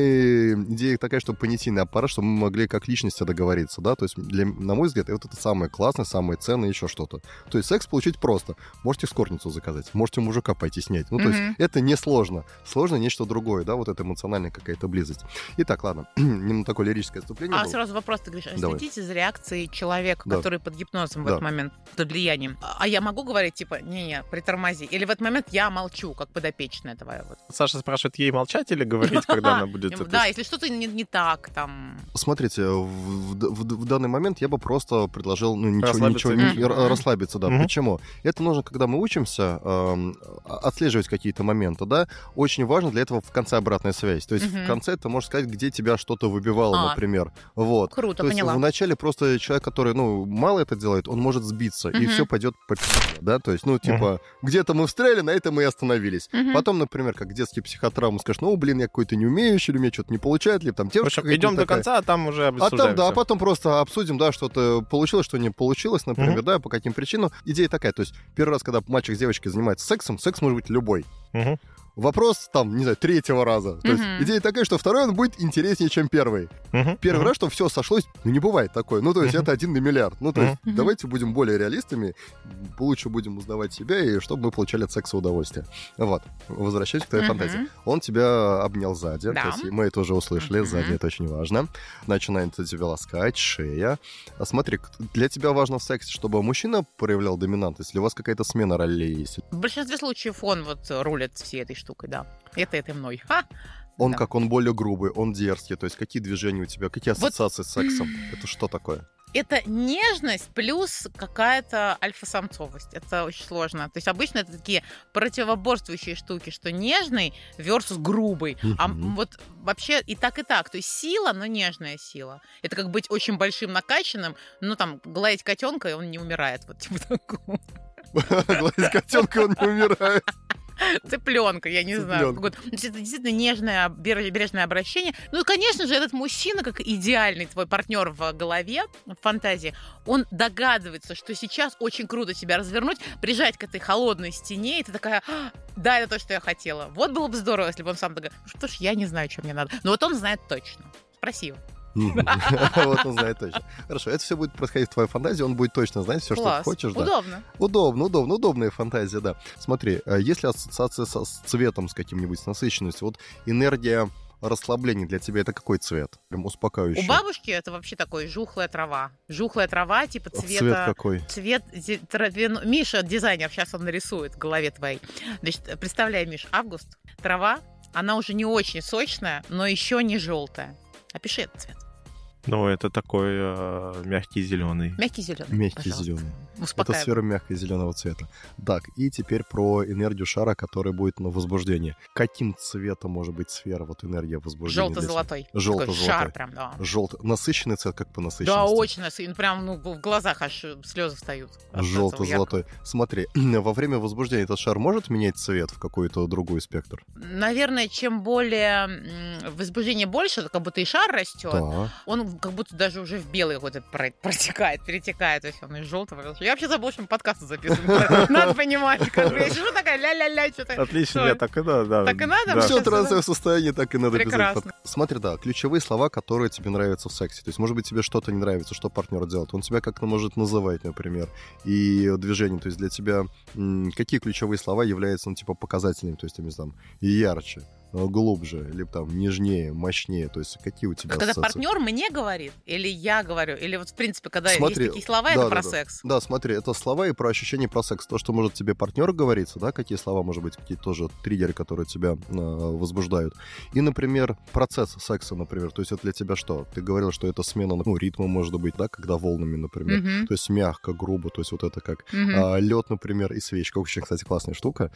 S1: идея такая, чтобы понятийный аппарат, чтобы мы могли как личности договориться, да. То есть, на мой взгляд, это самое классное, самое ценное, еще что-то. То есть секс получить просто. Можете скорницу заказать, можете мужика пойти снять. То есть это не сложно. Сложно нечто другое, да, вот это эмоциональная какая-то близость. Итак, ладно, немного такое лирическое отступление было.
S2: Сразу вопрос, ты говоришь, следите за реакцией человека, который под гипнозом в этот момент, под влиянием. А я могу говорить, не-не, притормози? Или в этот момент я молчу, как подопечная твоя?
S3: Саша спрашивает, ей молчать или говорить, когда она будет...
S2: Да, если что-то не так, там...
S1: Смотрите, в данный момент я бы просто предложил, ничего расслабиться, да. Почему? Это нужно, когда мы учимся отслеживать какие-то моменты, да. Очень важно для этого в конце обратная связь. То есть в конце ты можешь сказать, где тебя что-то выбивало, например. Вот.
S2: Круто,
S1: то есть
S2: поняла.
S1: Вначале просто человек, который, мало это делает, он может сбиться, и все пойдет по пи***, да, то есть, где-то мы встряли, на этом мы и остановились. Потом, например, как детский психотравма, скажешь, я какой-то не умеющий, или у меня что-то не получается, или там девушка.
S3: В общем, идем до конца, а там уже обсуждаем.
S1: А потом просто обсудим, да, что-то получилось, что не получилось, например, да, по каким причинам. Идея такая, то есть, первый раз, когда мальчик с девочкой занимается сексом, секс может быть любой. Вопрос, третьего раза. То есть идея такая, что второй он будет интереснее, чем первый. Первый раз, чтобы все сошлось, не бывает такое. То есть это 1 на миллиард. То есть давайте будем более реалистами, лучше будем узнавать себя, и чтобы мы получали от секса удовольствие. Вот. Возвращаясь к твоей фантазии. Он тебя обнял сзади.
S2: Да.
S1: То есть мы это уже услышали. Сзади это очень важно. Начинает тебя ласкать, шея. Смотри, для тебя важно в сексе, чтобы мужчина проявлял доминантность, или у вас какая-то смена ролей есть?
S2: В большинстве случаев он рулит всей этой штукой, да. Это мной.
S1: Он он более грубый, он дерзкий. То есть какие движения у тебя, какие ассоциации с сексом? Это что такое?
S2: Это нежность плюс какая-то альфа-самцовость. Это очень сложно. То есть обычно это такие противоборствующие штуки, что нежный versus грубый. А вот вообще и так, и так. То есть сила, но нежная сила. Это как быть очень большим накачанным, гладить котенка, и он не умирает. Вот типа такого.
S1: Гладить котенка, он не умирает.
S2: Цыпленка, я не знаю. Это действительно нежное, бережное обращение. И, конечно же, этот мужчина, как идеальный твой партнер в голове, в фантазии, он догадывается, что сейчас очень круто тебя развернуть, прижать к этой холодной стене, и ты такая, да, это то, что я хотела. Вот было бы здорово, если бы он сам догадался. Что ж, я не знаю, что мне надо. Но вот он знает точно. Спроси его.
S1: Вот он знает точно. Хорошо, это все будет происходить в твоей фантазии, он будет точно знать все, что ты хочешь. Удобная фантазия, да. Смотри, если ассоциация с цветом, с каким-нибудь, с насыщенностью, вот энергия расслабления для тебя это какой цвет? Прям успокаивающий.
S2: У бабушки это вообще такой жухлая трава. Жухлая трава, типа цвета...
S1: Цвет какой?
S2: Цвет... Миша, дизайнер, сейчас он нарисует в голове твоей. Значит, представляй, Миш, август, трава, она уже не очень сочная, но еще не желтая. Опиши этот цвет.
S3: Ну, это такой мягкий зеленый.
S2: Мягкий зеленый.
S1: Мягкий зеленый. Это сфера мягкой зеленого цвета. Так, и теперь про энергию шара, который будет на возбуждении. Каким цветом может быть сфера, вот энергия возбуждения?
S2: Желто-золотой.
S1: Желто-золотой.
S2: Шар прям, да.
S1: Желтый. Насыщенный цвет, как по насыщенности?
S2: Да, очень насыщенный. Прям, в глазах аж слезы встают.
S1: Желто-золотой. Смотри, во время возбуждения этот шар может менять цвет в какой-то другой спектр?
S2: Наверное, чем более возбуждение больше, как будто и шар растет, да. Он как будто даже уже в белый какой-то перетекает, то есть он из желтого. Я вообще забыла, что мы подкасты записываем. Надо понимать, как бы я сижу такая ля-ля-ля, что-то.
S3: Отлично, так и надо.
S2: Так и надо?
S1: Все трансовое состояние, так и надо.
S2: Прекрасно.
S1: Смотри, да, ключевые слова, которые тебе нравятся в сексе. То есть, может быть, тебе что-то не нравится, что партнер делает. Он тебя как-то может называть, например, и движение. То есть для тебя какие ключевые слова являются, показательными? То есть, там, ярче, глубже, либо там нежнее, мощнее, то есть какие у тебя
S2: когда
S1: ассоциации?
S2: Партнер мне говорит, или я говорю, или вот в принципе, когда есть такие слова, это про секс.
S1: Да, смотри, это слова и про ощущение про секс. То, что может тебе партнер говорится, да, какие слова, может быть, какие тоже триггеры, которые тебя возбуждают. И, например, процесс секса, например, то есть это для тебя что? Ты говорил, что это смена, ритма может быть, да, когда волнами, например, то есть мягко, грубо, то есть вот это как лед, например, и свечка. Очень, кстати, классная штука.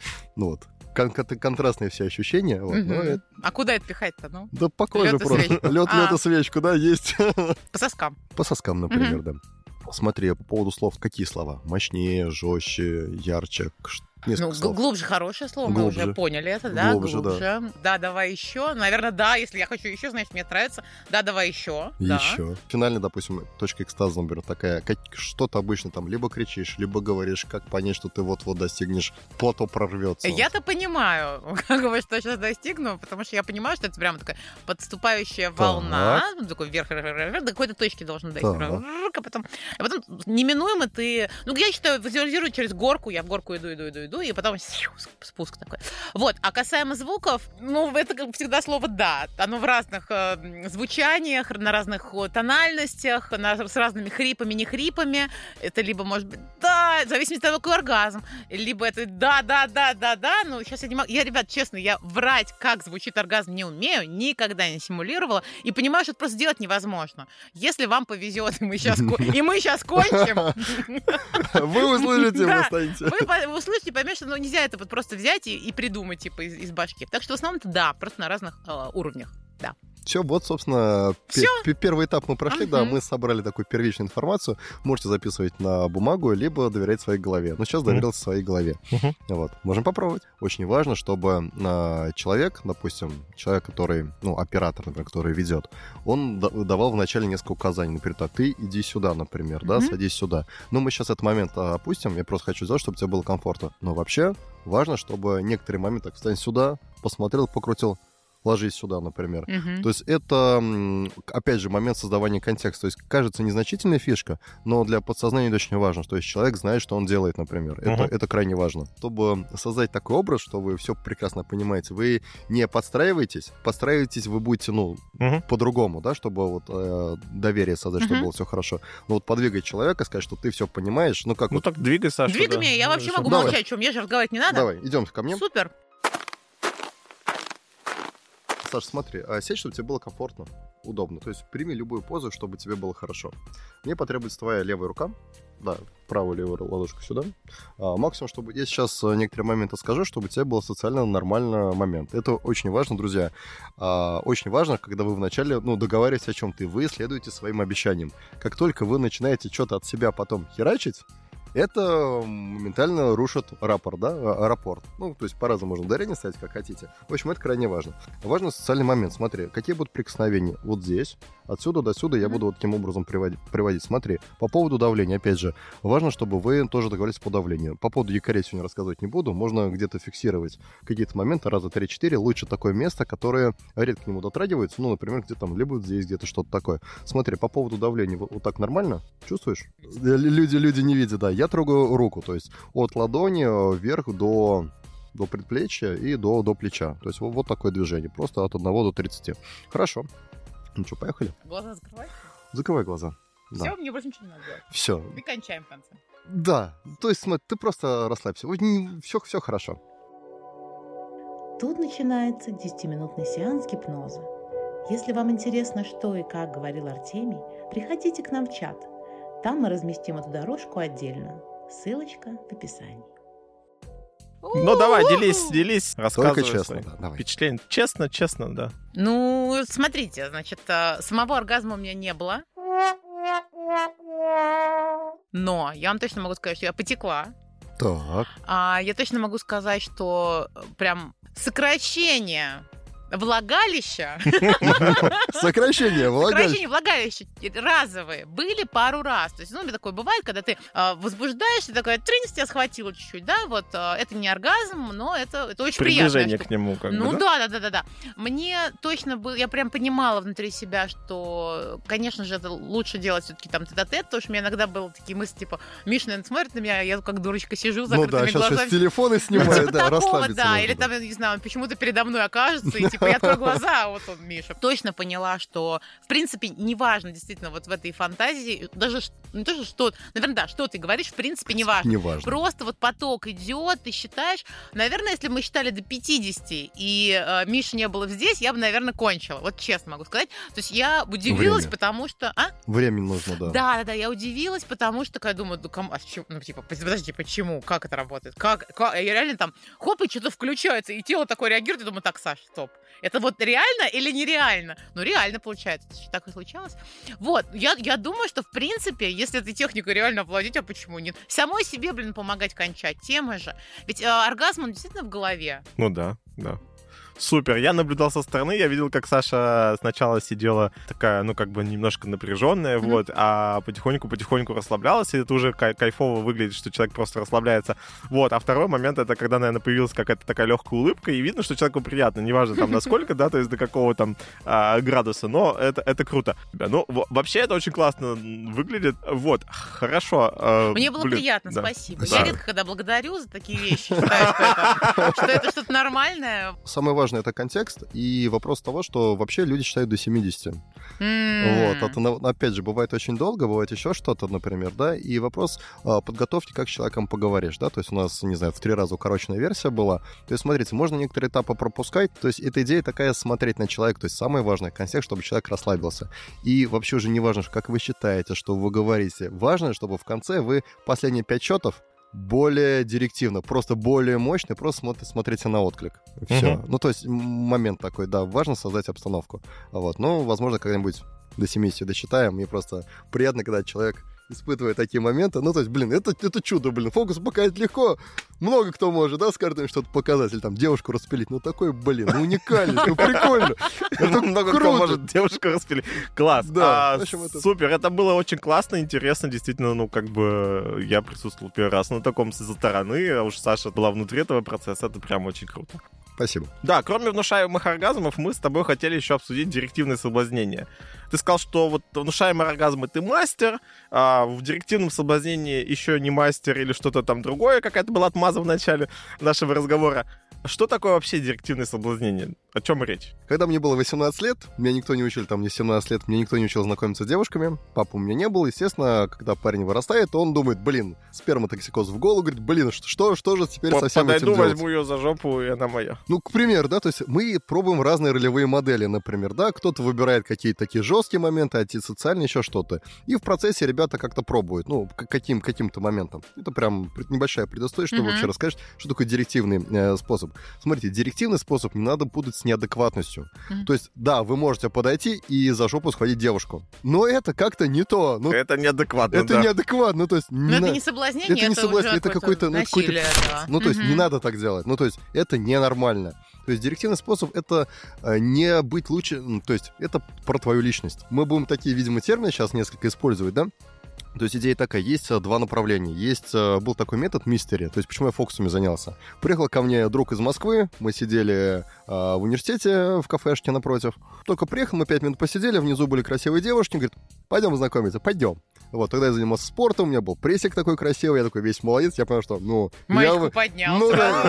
S1: Контрастные все ощущения.
S2: А куда это пихать-то?
S1: Да по коже просто. Лед и свечку, да, есть.
S2: По соскам.
S1: По соскам, например, да. Смотри, по поводу слов, какие слова? Мощнее, жестче, ярче,
S2: глубже хорошее слово, мы уже поняли это, да?
S1: Глубже.
S2: Да, давай еще. Наверное, да, если я хочу еще, значит, мне нравится. Да, давай еще.
S1: Еще. Финально, допустим, точка экстаза, например, такая, что-то обычно там либо кричишь, либо говоришь, как понять, что ты вот-вот достигнешь, плато прорвется.
S2: Я-то понимаю, что сейчас достигну, потому что я понимаю, что это прямо такая подступающая волна, такой вверх, до какой-то точки должен дойти. А потом неминуемо ты... я считаю, визуализирую через горку, я в горку иду, и потом спуск такой. Вот. А касаемо звуков, это, как всегда, слово «да». Оно в разных звучаниях, на разных тональностях, с разными хрипами, не хрипами. Это либо, может быть, «да», в зависимости от того, какой оргазм. Либо это «да». Сейчас я не могу... ребят, честно, я врать, как звучит оргазм, не умею, никогда не симулировала, и понимаю, что это просто сделать невозможно. Если вам повезет, и мы сейчас кончим...
S1: Вы услышите, вы станете.
S2: Вы услышите, поймешь, что нельзя это просто взять и придумать из башки. Так что в основном это да, просто на разных уровнях, да.
S1: Все, вот, собственно, первый этап мы прошли, да, мы собрали такую первичную информацию. Можете записывать на бумагу, либо доверять своей голове. Но сейчас доверился своей голове. Вот, можем попробовать. Очень важно, чтобы человек, допустим, человек, который, оператор, например, который ведет, он давал вначале несколько указаний. Например, так, ты иди сюда, например, да, садись сюда. Но мы сейчас этот момент опустим, я просто хочу сделать, чтобы тебе было комфортно. Но вообще важно, чтобы некоторые моменты, так, встань сюда, посмотрел, покрутил, ложись сюда, например. То есть это, опять же, момент создавания контекста. То есть кажется незначительная фишка, но для подсознания это очень важно. То есть человек знает, что он делает, например. Это крайне важно. Чтобы создать такой образ, что вы все прекрасно понимаете, вы не подстраиваетесь вы будете, по-другому, да, чтобы доверие создать, чтобы было все хорошо. Но подвигать человека, сказать, что ты все понимаешь,
S3: так двигай, Саша.
S2: Двигай меня, я вообще могу молчать, что мне же разговаривать не надо.
S1: Давай, идем ко мне.
S2: Супер.
S1: Саш, смотри, сядь, чтобы тебе было комфортно, удобно. То есть прими любую позу, чтобы тебе было хорошо. Мне потребуется твоя левая рука. Да, правую левую ладошку сюда. Максимум, чтобы... Я сейчас некоторые моменты скажу, чтобы тебе был социально нормальный момент. Это очень важно, друзья. Очень важно, когда вы вначале договариваетесь о чем-то, и вы следуете своим обещаниям. Как только вы начинаете что-то от себя потом херачить, это моментально рушит рапорт, да, аэропорт. Ну, то есть по-разному можно ударение ставить, как хотите. В общем, это крайне важно. Важно социальный момент. Смотри, какие будут прикосновения вот здесь, отсюда до сюда я буду вот таким образом приводить. Смотри, по поводу давления, опять же, важно, чтобы вы тоже договорились по давлению. По поводу якорей сегодня рассказывать не буду, можно где-то фиксировать какие-то моменты, раза 3-4, лучше такое место, которое редко к нему дотрагивается, ну, например, где там, либо здесь где-то что-то такое. Смотри, по поводу давления, вот так нормально? Чувствуешь? Люди не видят, да. Я трогаю руку, то есть от ладони вверх до предплечья и до плеча. То есть вот такое движение, просто от 1 до 30. Хорошо. Ну что, поехали?
S2: Глаза закрывай.
S1: Закрывай глаза.
S2: Все,
S1: Да.
S2: мне больше ничего не надо делать.
S1: Все.
S2: И кончаем в конце.
S1: Да. То есть, смотри, ты просто расслабься. Все хорошо.
S4: Тут начинается 10-минутный сеанс гипноза. Если вам интересно, что и как говорил Артемий, приходите к нам в чат. Там мы разместим эту дорожку отдельно. Ссылочка в описании.
S3: Ну, давай, делись, рассказывай
S1: Только честно,
S3: свои
S1: да, давай.
S3: впечатления. Честно, да.
S2: Ну, смотрите, значит, самого оргазма у меня не было. Но я вам точно могу сказать, что я потекла.
S1: Так.
S2: Я точно могу сказать, что прям сокращение влагалища.
S1: Сокращение
S2: Влагалища разовые были пару раз. То есть, ну, такое бывает, когда ты возбуждаешься, такая тринь, тебя схватило чуть-чуть, да, вот это не оргазм, но это очень приятно.
S3: Приближение к нему, как бы,
S2: да? Да. Мне точно было, я прям понимала внутри себя, что, конечно же, это лучше делать все-таки там тет-а-тет, потому что у меня иногда были такие мысли, типа, Миша, наверное, смотрит на меня, я как дурочка сижу с закрытыми глазами.
S1: сейчас телефоны снимают, да, расслабиться
S2: да,
S1: можно,
S2: или там, я не знаю, он почему-то передо мной окажется, и типа я открою глаза, а вот он, Миша. Точно поняла, что, в принципе, неважно действительно вот в этой фантазии, даже не то, что, наверное, да, что ты говоришь, в принципе, неважно. Просто вот поток идет, ты считаешь, наверное, если бы мы считали до 50, и Миши не было здесь, я бы, наверное, кончила. Вот честно могу сказать. То есть я удивилась, потому что...
S1: Время нужно, да.
S2: Да, я удивилась, потому что, когда я думаю, ну, типа, подожди, почему? Как это работает? Как? Я реально там, хоп, и что-то включается, и тело такое реагирует, и думаю, так, Саш, стоп. Это вот реально или нереально? Ну, реально получается. Так и случалось. Вот. Я думаю, что, в принципе, если этой техникой реально владеть, а почему нет? Самой себе, помогать кончать. Тема же. Ведь оргазм, он действительно в голове.
S3: Ну да. Супер. Я наблюдал со стороны, я видел, как Саша сначала сидела такая, ну, как бы немножко напряженная, вот, а потихоньку расслаблялась, и это уже кайфово выглядит, что человек просто расслабляется. Вот, а второй момент, это когда, наверное, появилась какая-то такая легкая улыбка, и видно, что человеку приятно, неважно там насколько, да, то есть до какого там градуса, но это круто. Ну, вообще это очень классно выглядит. Вот, хорошо.
S2: Мне было приятно, спасибо. Я редко когда благодарю за такие вещи, считаю, что это что-то нормальное.
S1: Самое важное — это контекст и вопрос того, что вообще люди считают до 70. Вот. Это, опять же, бывает очень долго, бывает еще что-то, например, да, и вопрос подготовки, как с человеком поговоришь, да, то есть у нас, не знаю, в 3 раза укороченная версия была. То есть, смотрите, можно некоторые этапы пропускать, то есть эта идея такая — смотреть на человека, то есть самое важное — контекст, чтобы человек расслабился. И вообще уже не важно, как вы считаете, что вы говорите. Важно, чтобы в конце вы последние 5 счетов более директивно, просто более мощно, просто смотрите на отклик. Все. Ну, то есть момент такой, да, важно создать обстановку. Вот. Ну, возможно, когда-нибудь до 70 досчитаем, мне просто приятно, когда человек испытывая такие моменты. Ну, то есть, это чудо, фокус показать легко. Много кто может, да, с картами что-то показать, или там девушку распилить. Ну, такой, уникальный, прикольно. Это
S3: много кто может девушку распилить. Класс.
S1: Да.
S3: Супер, это было очень классно, интересно, действительно, ну, как бы я присутствовал первый раз на таком со стороны, а уж Саша была внутри этого процесса, это прям очень круто.
S1: Спасибо.
S3: Да, кроме внушаемых оргазмов, мы с тобой хотели еще обсудить директивное соблазнение. Ты сказал, что вот внушаемые оргазмы ты мастер, а в директивном соблазнении еще не мастер или что-то там другое, какая-то была отмаза в начале нашего разговора. Что такое вообще директивное соблазнение? О чем речь?
S1: Когда мне было 18 лет, меня никто не учил, там, мне 17 лет, меня никто не учил знакомиться с девушками. Папы у меня не было. Естественно, когда парень вырастает, он думает, сперматоксикоз в голову, говорит, что же теперь со всем этим делать?
S3: Возьму ее за жопу, и она моя.
S1: Ну, к примеру, да, то есть мы пробуем разные ролевые модели, например, да, кто-то выбирает какие-то такие жесткие моменты, антисоциальные, еще что-то. И в процессе ребята как-то пробуют, ну, каким-то моментом. Это прям небольшая предыстория, чтобы вообще рассказать, что такое директивный способ. способ. Смотрите, директивный способ не надо путать с неадекватностью. То есть, да, вы можете подойти и за жопу схватить девушку, но это как-то не то. Ну,
S3: это неадекватно,
S1: это неадекватно, то есть...
S2: Но это не соблазнение,
S1: это не соблазнение, это какое-то насилие. Ну, то есть, не надо так делать. Ну, то есть, это ненормально. То есть директивный способ — это не быть лучше... То есть это про твою личность. Мы будем такие, видимо, термины сейчас несколько использовать, да? То есть идея такая, есть два направления. Был такой метод мистери, то есть почему я фокусами занялся. Приехал ко мне друг из Москвы, мы сидели в университете в кафешке напротив. Только приехал, мы 5 минут посидели, внизу были красивые девушки, говорит, пойдем знакомиться, пойдем. Вот, тогда я занимался спортом, у меня был прессик такой красивый, я такой весь молодец, я понял, что,
S2: маечку поднял.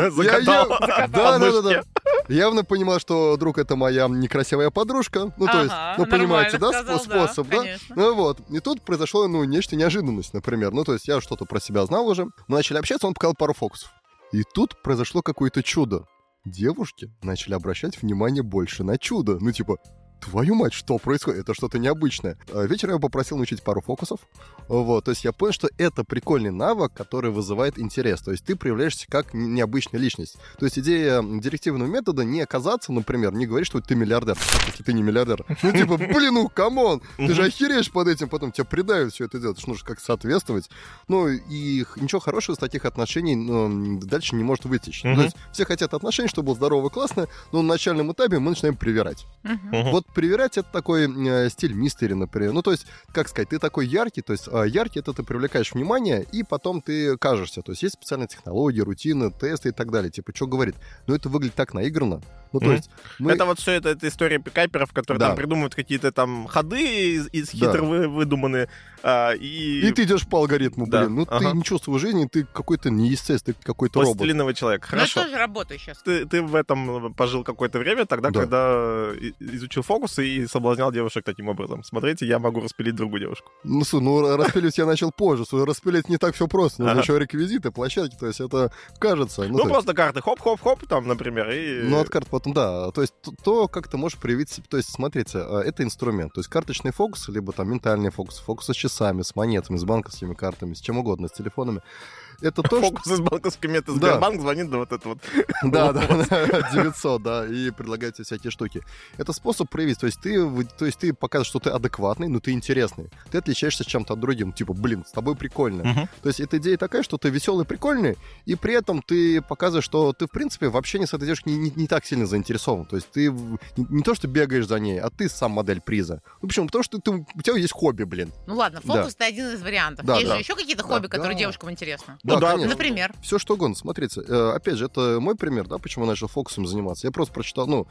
S1: Да. Явно понимал, что друг — это моя некрасивая подружка. Ну, то есть, понимаете, да, способ, да? Ну, вот. И тут произошло, нечто неожиданность, например. Ну, то есть, я что-то про себя знал уже. Мы начали общаться, он показал пару фокусов. И тут произошло какое-то чудо. Девушки начали обращать внимание больше на чудо. Ну, типа, твою мать, что происходит? Это что-то необычное. Вечером я попросил научить пару фокусов. Вот, то есть я понял, что это прикольный навык, который вызывает интерес. То есть ты проявляешься как необычная личность. То есть идея директивного метода не оказаться, например, не говорить, что ты миллиардер, если ты не миллиардер. Ну, типа, камон, ты же охереешь под этим, потом тебя предают все это делать. Ты же нужно как-то соответствовать. Ну, и ничего хорошего из таких отношений дальше не может вытечь. То есть все хотят отношений, чтобы было здорово и классно, но на начальном этапе мы начинаем привирать. Вот привирать — это такой стиль мистери, например. Ну, то есть, как сказать, ты такой яркий, то есть яркий — это ты привлекаешь внимание, и потом ты кажешься. То есть есть специальные технологии, рутины, тесты и так далее. Типа, что говорит? Но это выглядит так наигранно. Ну, то есть
S3: это вот все это история пикаперов, которые там придумывают какие-то там ходы из хитро выдуманные. И
S1: ты идешь по алгоритму, блин. Ну, ты не чувствуешь жизни, ты какой-то неестественный, ты какой-то робот.
S3: Пластилиновый человек. Хорошо.
S2: Но я тоже работаю сейчас.
S3: Ты в этом пожил какое-то время, тогда, когда изучил фокусы и соблазнял девушек таким образом. Смотрите, я могу распилить другую девушку.
S1: Распилить я начал позже. Распилить не так все просто. Нужны еще реквизиты, площадки, то есть это кажется.
S3: Просто карты хоп-хоп-хоп, там, например, и...
S1: Ну, от карт потом, да. То есть то, как ты можешь проявить... То есть, смотрите, это инструмент. То есть карточный фокус, либо там ментальный фокус, фокусы с часами, с монетами, с банковскими картами, с чем угодно, с телефонами. Это то,
S3: фокусы с банковскими, это Сбербанк звонит, да, вот это вот.
S1: Да, 900, да, и предлагает тебе всякие штуки. Это способ проявить. То есть ты показываешь, что ты адекватный, но ты интересный. Ты отличаешься чем-то от другим. Типа, блин, с тобой прикольно. То есть эта идея такая, что ты веселый, прикольный, и при этом ты показываешь, что ты, в принципе, в общении с этой девушкой не так сильно заинтересован. То есть ты не то, что бегаешь за ней, а ты сам модель приза. Ну, почему? Потому что у тебя есть хобби, блин.
S2: Ну ладно, фокус — это один из вариантов. Есть же еще какие-то хобби, которые девушкам интересны?
S1: Да,
S2: например.
S1: Все что угодно. Смотрите, опять же, это мой пример, да, почему я начал фокусом заниматься. Я просто прочитал,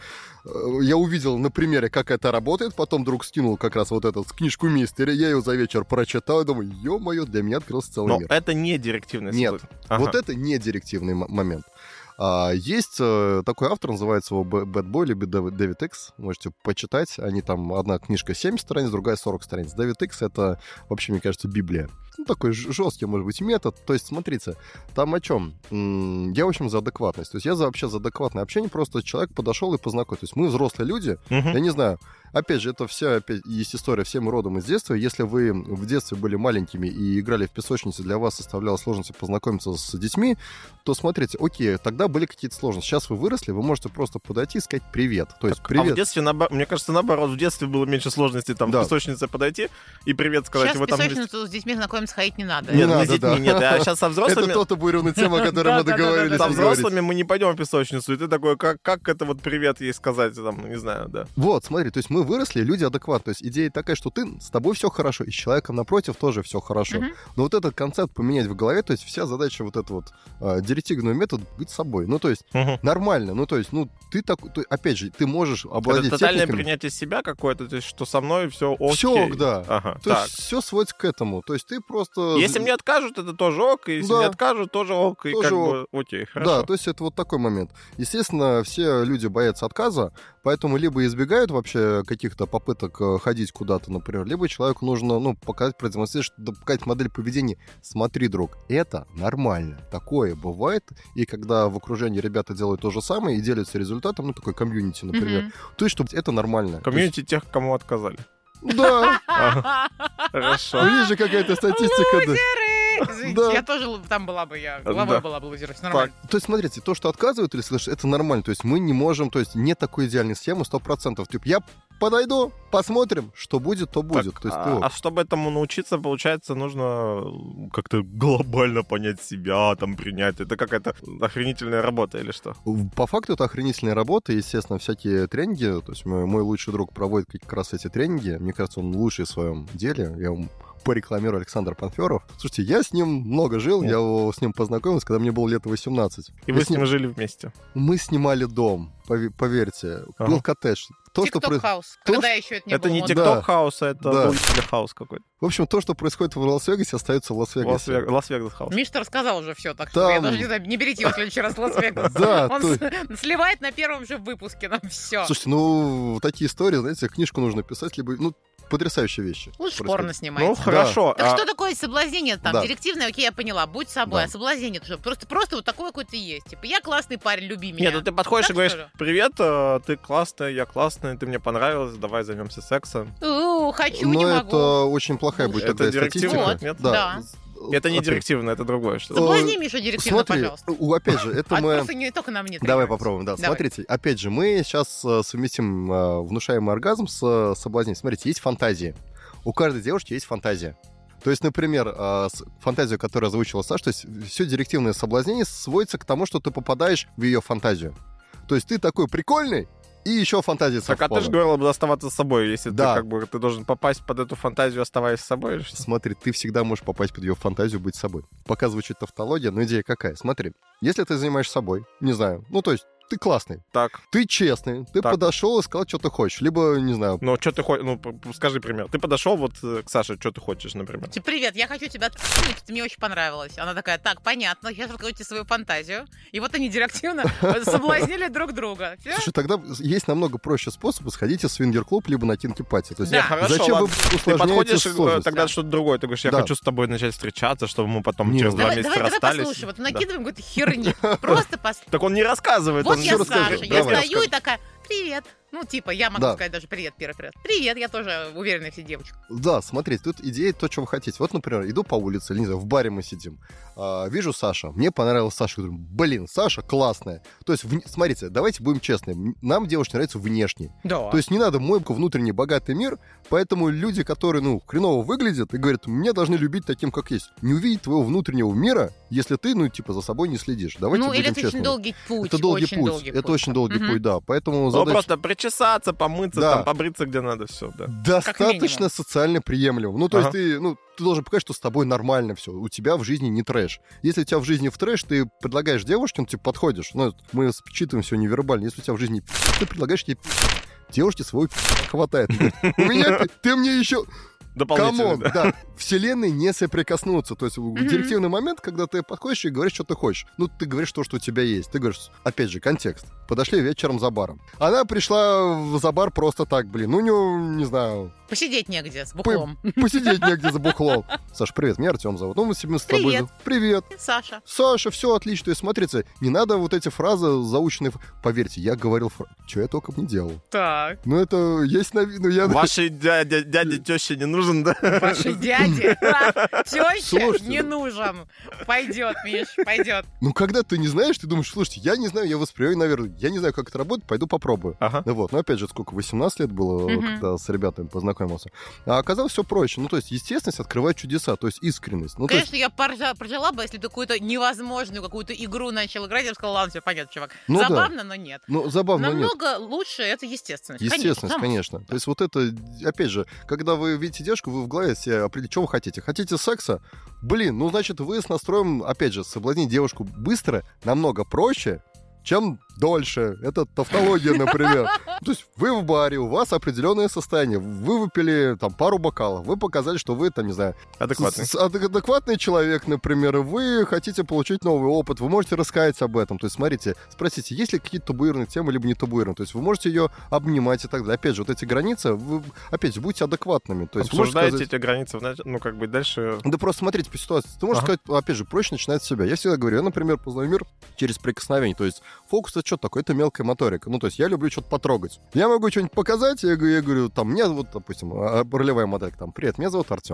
S1: я увидел на примере, как это работает, потом друг скинул как раз вот эту книжку мистери, я ее за вечер прочитал, и думаю, ё-моё, для меня открылся целый мир.
S3: Но это не директивный способ.
S1: Нет, вот это не директивный момент. Есть такой автор, называется его Bad Boy, либо Дэвид Икс. Можете почитать. Они там, одна книжка 70 страниц, другая 40 страниц. Дэвид Икс — это, вообще, мне кажется, Библия. Такой жесткий, может быть, метод. То есть, смотрите, там о чем? Я, в общем, за адекватность. То есть я вообще за адекватное общение. Просто человек подошел и познакомился. То есть мы взрослые люди. Я не знаю. Опять же, это есть история всем родом из детства. Если вы в детстве были маленькими и играли в песочнице, для вас составляло сложности познакомиться с детьми, то смотрите, окей, тогда были какие-то сложности. Сейчас вы выросли, вы можете просто подойти и сказать привет. То есть, привет.
S3: А в детстве, мне кажется, наоборот, в детстве было меньше сложностей там в песочнице подойти и привет сказать.
S2: Сейчас в песочницу с детьми знакомиться ходить не надо.
S3: Нет, с детьми нет. А сейчас со взрослыми...
S1: Это табуированная тема, о которой мы договорились.
S3: Со взрослыми мы не пойдем в песочницу, и ты такой, как это вот привет ей сказать, там, не знаю, да.
S1: Вот, смотри, то есть мы выросли, люди адекватные. То есть идея такая, что с тобой все хорошо, и с человеком напротив тоже все хорошо. Но вот этот концепт поменять в голове, то есть вся задача вот этого директивного метода — быть собой. Ну, то есть нормально. Ну, то есть, ты такой, опять же, ты можешь обладать
S3: это тотальное принятие себя какое-то, то есть, что со мной все окей.
S1: Все ок, да. То есть все сводится к этому. То есть ты просто...
S3: Если мне откажут, это тоже ок, и если мне откажут, тоже ок, и как бы окей, хорошо.
S1: Да, то есть это вот такой момент. Естественно, все люди боятся отказа, поэтому либо избегают вообще каких-то попыток ходить куда-то, например, либо человеку нужно, показать, продемонстрировать, показать модель поведения. Смотри, друг, это нормально. Такое бывает. И когда в окружении ребята делают то же самое и делятся результатом, такой комьюнити, например, то есть, чтобы это нормально.
S3: Комьюнити тех, кому отказали.
S1: Да.
S3: Хорошо.
S1: Видишь же, какая-то статистика.
S2: Извините, я тоже там была бы, я головой была бы лузировать, нормально.
S1: То есть, смотрите, то, что отказывают или слышат, это нормально. То есть мы не можем, то есть нет такой идеальной схемы 100%. Типа, я подойду, посмотрим, что будет, то будет.
S3: Так,
S1: то есть,
S3: а чтобы этому научиться, получается, нужно как-то глобально понять себя, там, принять. Это какая-то охренительная работа или что?
S1: По факту это охренительная работа, естественно, всякие тренинги. То есть мой лучший друг проводит как раз эти тренинги. Мне кажется, он лучший в своем деле. Я вам порекламирую Александр Панферов. Слушайте, я с ним много жил, я с ним познакомился, когда мне было лет 18.
S3: И вы с ним жили вместе?
S1: Мы снимали дом, поверьте. Был коттедж.
S2: TikTok-хаус. Когда еще это не было?
S3: Это не TikTok-хаус, это был хаус какой-то.
S1: В общем, то, что происходит в Лас-Вегасе, остается в Лас-Вегасе.
S3: Лас-Вегас-хаус.
S2: Миша рассказал уже все, так что я даже не знаю, не берите его в следующий раз в Лас-Вегас. Он сливает на первом же выпуске нам все.
S1: Слушайте, ну, такие истории, знаете, книжку нужно писать, либо, потрясающие вещи.
S2: Лучше порно снимать.
S3: Ну, хорошо.
S2: Так что такое соблазнение? Там директивное, окей, я поняла, будь собой. А соблазнение просто вот такое какое-то есть. Типа, я классный парень, люби меня.
S3: Нет, ну ты подходишь и говоришь: привет, ты классная, я классная, ты мне понравилась, давай займемся сексом.
S2: Хочу, не могу.
S1: Но это очень плохая будет тогда статистика.
S3: Нет?
S2: Да.
S3: Это не директивно, это другое что-то.
S2: Соблазни, Миша, директивно, пожалуйста.
S1: Опять же, это мы...
S2: Просто не только на мне.
S1: Давай попробуем, да. Смотрите, опять же, мы сейчас совместим внушаемый оргазм с соблазнением. Смотрите, есть фантазии. У каждой девушки есть фантазия. То есть, например, фантазию, которую озвучила Саша, то есть все директивное соблазнение сводится к тому, что ты попадаешь в ее фантазию. То есть ты такой прикольный, и еще фантазия совпала.
S3: Так, а ты же говорил, оставаться с собой, если ты должен попасть под эту фантазию, оставаясь с собой. Или что?
S1: Смотри, ты всегда можешь попасть под ее фантазию, быть собой. Пока звучит тавтология, но идея какая? Смотри, если ты занимаешься собой, не знаю, ты классный.
S3: Так.
S1: Ты честный. Ты подошел и сказал, что ты хочешь. Либо, не знаю...
S3: Ну, что ты хочешь? Ну, скажи пример. Ты подошел к Саше, что ты хочешь, например?
S2: Привет, я хочу тебя ты мне очень понравилась. Она такая: так, понятно, я расскажу тебе свою фантазию. И вот они директивно соблазнили друг друга.
S1: Слушай, тогда есть намного проще способ. Сходите в свингер-клуб, либо на кинки-пати. То есть,
S3: зачем вы
S1: ты
S3: подходишь тогда что-то другое. Ты говоришь: я хочу с тобой начать встречаться, чтобы мы потом через 2 месяца расстались.
S2: Давай послушай, вот накидываем какую-то херню. Просто послушай.
S3: Так он не рассказывает.
S2: Вот я Саша, я стою и такая: привет. Ну, типа, я могу сказать даже привет, привет. Привет, я тоже уверенная в себе девочка.
S1: Да, смотрите, тут идея то, что вы хотите. Вот, например, иду по улице, или, не знаю, в баре мы сидим. Вижу Саша. Мне понравилась Саша. Говорю: блин, Саша классная. То есть, смотрите, давайте будем честны. Нам девушки нравятся внешне.
S2: Да.
S1: То есть не надо мой внутренний богатый мир, поэтому люди, которые, хреново выглядят и говорят: меня должны любить таким, как есть. Не увидеть твоего внутреннего мира, если ты, за собой не следишь. Давайте будем честны.
S2: Это очень долгий путь.
S1: Это долгий путь. Это очень долгий путь, да. Поэтому
S3: просто причесаться, помыться, там, побриться где надо, все, да.
S1: Достаточно социально приемлемо. То есть ты должен показать, что с тобой нормально все. У тебя в жизни не трэш. Если у тебя в жизни в трэш, ты предлагаешь девушке, подходишь. Мы считываем все невербально. Если у тебя в жизни ты предлагаешь ей девушке свой хватает. У меня ты мне еще... Камон, да. Вселенные не соприкоснутся. То есть директивный момент, когда ты подходишь и говоришь, что ты хочешь. Ты говоришь то, что у тебя есть. Ты говоришь, опять же, контекст. Подошли вечером за баром. Она пришла за бар просто так, у нее, не знаю...
S2: Посидеть негде с бухлом.
S1: Посидеть негде за бухлом. Саша, привет, меня Артем зовут. Мы с тобой... Привет.
S2: Саша.
S1: Саша, все отлично. То есть, смотрите, не надо вот эти фразы заученные. Поверьте, я говорил... Что я только не делал.
S2: Так.
S1: Это есть на виду.
S3: Вашей дяде, тещи не нужен, да?
S2: Вашей дяде? Теща не нужен. Пойдет, Миш, пойдет.
S1: Когда ты не знаешь, ты думаешь: слушайте, я не знаю, я воспринимаю, наверное, я не знаю, как это работает, пойду попробую. Но опять же, сколько, 18 лет было, когда с ребятами познакомился. А оказалось все проще. То есть естественность открывает чудеса, то есть искренность.
S2: Конечно, я прожила бы, если бы какую-то невозможную какую-то игру начал играть, я бы сказала: ладно, все понятно, чувак. Забавно, но нет.
S1: Забавно, но нет.
S2: Намного лучше это естественность.
S1: Естественность, конечно. То есть это, опять же, когда вы видите девушку, вы в голове себе определите, что вы хотите. Хотите секса? Значит, вы с настроем, опять же, соблазнить девушку быстро намного проще, чем дольше. Это тавтология, например. То есть вы в баре, у вас определенное состояние. Вы выпили пару бокалов. Вы показали, что вы, не знаю... Адекватный человек, например. Вы хотите получить новый опыт. Вы можете рассказать об этом. То есть, смотрите, спросите, есть ли какие-то табуированные темы, либо не табуированные. То есть вы можете ее обнимать и так далее. Опять же, вот эти границы, вы, опять же, будьте адекватными. То есть
S3: обсуждаете эти границы, дальше...
S1: Да просто смотрите по ситуации. Ты можешь сказать, опять же, проще начинать с себя. Я всегда говорю, я, например, познаю мир через прикосновение. То есть фокус — это что такое? Это мелкая моторика. То есть я люблю что-то потрогать. Я могу что-нибудь показать, я говорю, мне допустим, ролевая модель, привет, меня зовут Артем.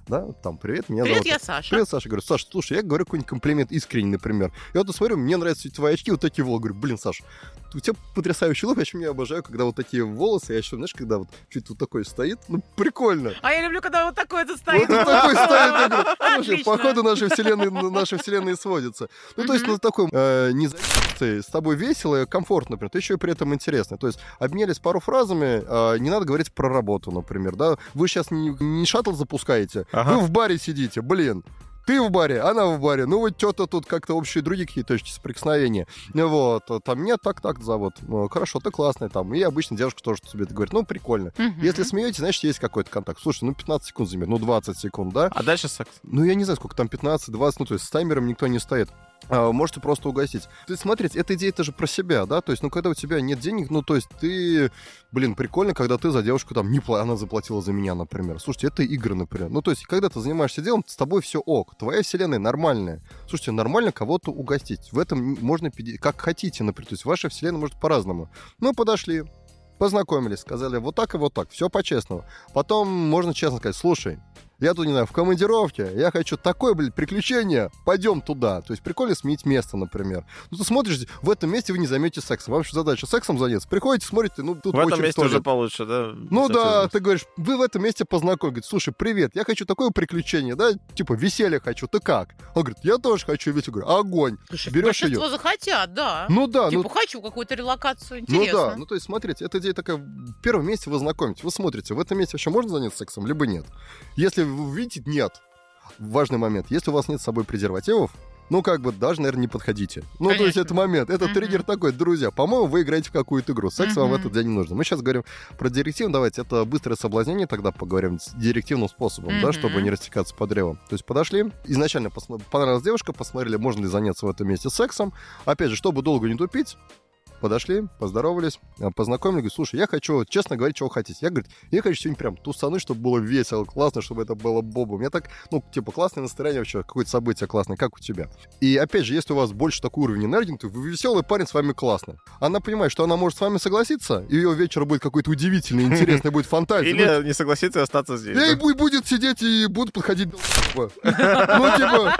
S1: да, там, привет, меня
S2: Привет,
S1: зовут...
S2: я Саша.
S1: Привет, Саша. Говорю, Саша, слушай, я говорю какой-нибудь комплимент искренний, например. И вот смотрю, мне нравятся твои очки, вот такие волосы. Говорю, блин, Саша, у тебя потрясающий лоб, я еще меня обожаю, когда вот такие волосы, я еще, знаешь, когда вот чуть вот такой стоит, ну, прикольно.
S2: А я люблю, когда вот такой это стоит.
S1: Вот такой стоит, я говорю, слушай,
S2: Отлично.
S1: походу наши вселенные сводятся. Ну, то есть, ну, такой независимый, с тобой весело и комфортно, например, ты еще и при этом интересный. То есть, обменялись пару фразами, не надо говорить про работу, например, да. Вы сейчас не шаттл запускаете, вы в баре сидите, блин. Ты в баре, она в баре. Ну, вот что-то тут как-то общие другие какие-то точки соприкосновения. Вот. Там меня так зовут. Ну, хорошо, ты классный там. И обычно девушка тоже тебе это говорит. Ну, прикольно. Если смеетесь, значит, есть какой-то контакт. Слушай, ну, 15 секунд займет, ну, 20 секунд, да?
S3: А дальше секс?
S1: Ну, я не знаю, сколько там, 15-20, ну, то есть с таймером никто не стоит. Можете просто угостить. То есть, смотрите, эта идея тоже про себя, да? То есть, ну, когда у тебя нет денег, ну, то есть ты... Блин, прикольно, когда ты за девушку там она заплатила за меня, например. Слушайте, это игры, например. Ну, то есть, когда ты занимаешься делом, с тобой все ок. Твоя вселенная нормальная. Слушайте, нормально кого-то угостить. В этом можно, как хотите, например. То есть, ваша вселенная может по-разному. Ну, подошли, познакомились, сказали вот так и вот так. Все по-честному. Потом можно честно сказать, слушай, я тут, не знаю, в командировке, я хочу такое, блин, приключение, пойдем туда. То есть прикольно сменить место, например. Ну, ты смотришь, в этом месте вы не займетесь сексом. Вам же задача сексом заняться. Приходите, смотрите, ну, тут
S3: в этом месте уже получше, да?
S1: Ну да, ты говоришь, вы в этом месте познакомились. Говорит, слушай, привет, я хочу такое приключение, да, типа веселье хочу, ты как? Он говорит, я тоже хочу веселье. Говорю, огонь.
S2: Слушай,
S1: берешь ее.
S2: большинство захотят, да.
S1: Ну да.
S2: Типа, хочу какую-то релокацию,
S1: Ну
S2: интересно.
S1: да, ну то есть, смотрите, эта идея такая, в первом месте вы знакомитесь, вы смотрите, в этом месте вообще можно заняться сексом, либо нет. Если вы видите, нет. Важный момент. Если у вас нет с собой презервативов, ну, как бы, даже, наверное, не подходите. Ну,
S2: Конечно.
S1: то есть, это момент. Это триггер такой, друзья, по-моему, вы играете в какую-то игру. Секс вам в этот день не нужно. Мы сейчас говорим про директиву. Давайте, это быстрое соблазнение, тогда поговорим с директивным способом, да, чтобы не растекаться по древу. То есть, подошли, изначально понравилась девушка, посмотрели, можно ли заняться в этом месте сексом. Опять же, чтобы долго не тупить, подошли, поздоровались, познакомились, говорю, слушай, я хочу, честно говорить, чего хотите. Я, говорю, я хочу сегодня прям тусануть, чтобы было весело, классно, чтобы это было бобом. У меня так, ну, типа, классное настроение вообще, какое-то событие классное, как у тебя. И, опять же, если у вас больше такой уровень энергии, то вы веселый парень, с вами классно. Она понимает, что она может с вами согласиться, и ее вечер будет какой-то удивительный, интересный, будет фантазия.
S3: Или не согласиться и остаться здесь.
S1: И будет сидеть и будут подходить. Ну, типа...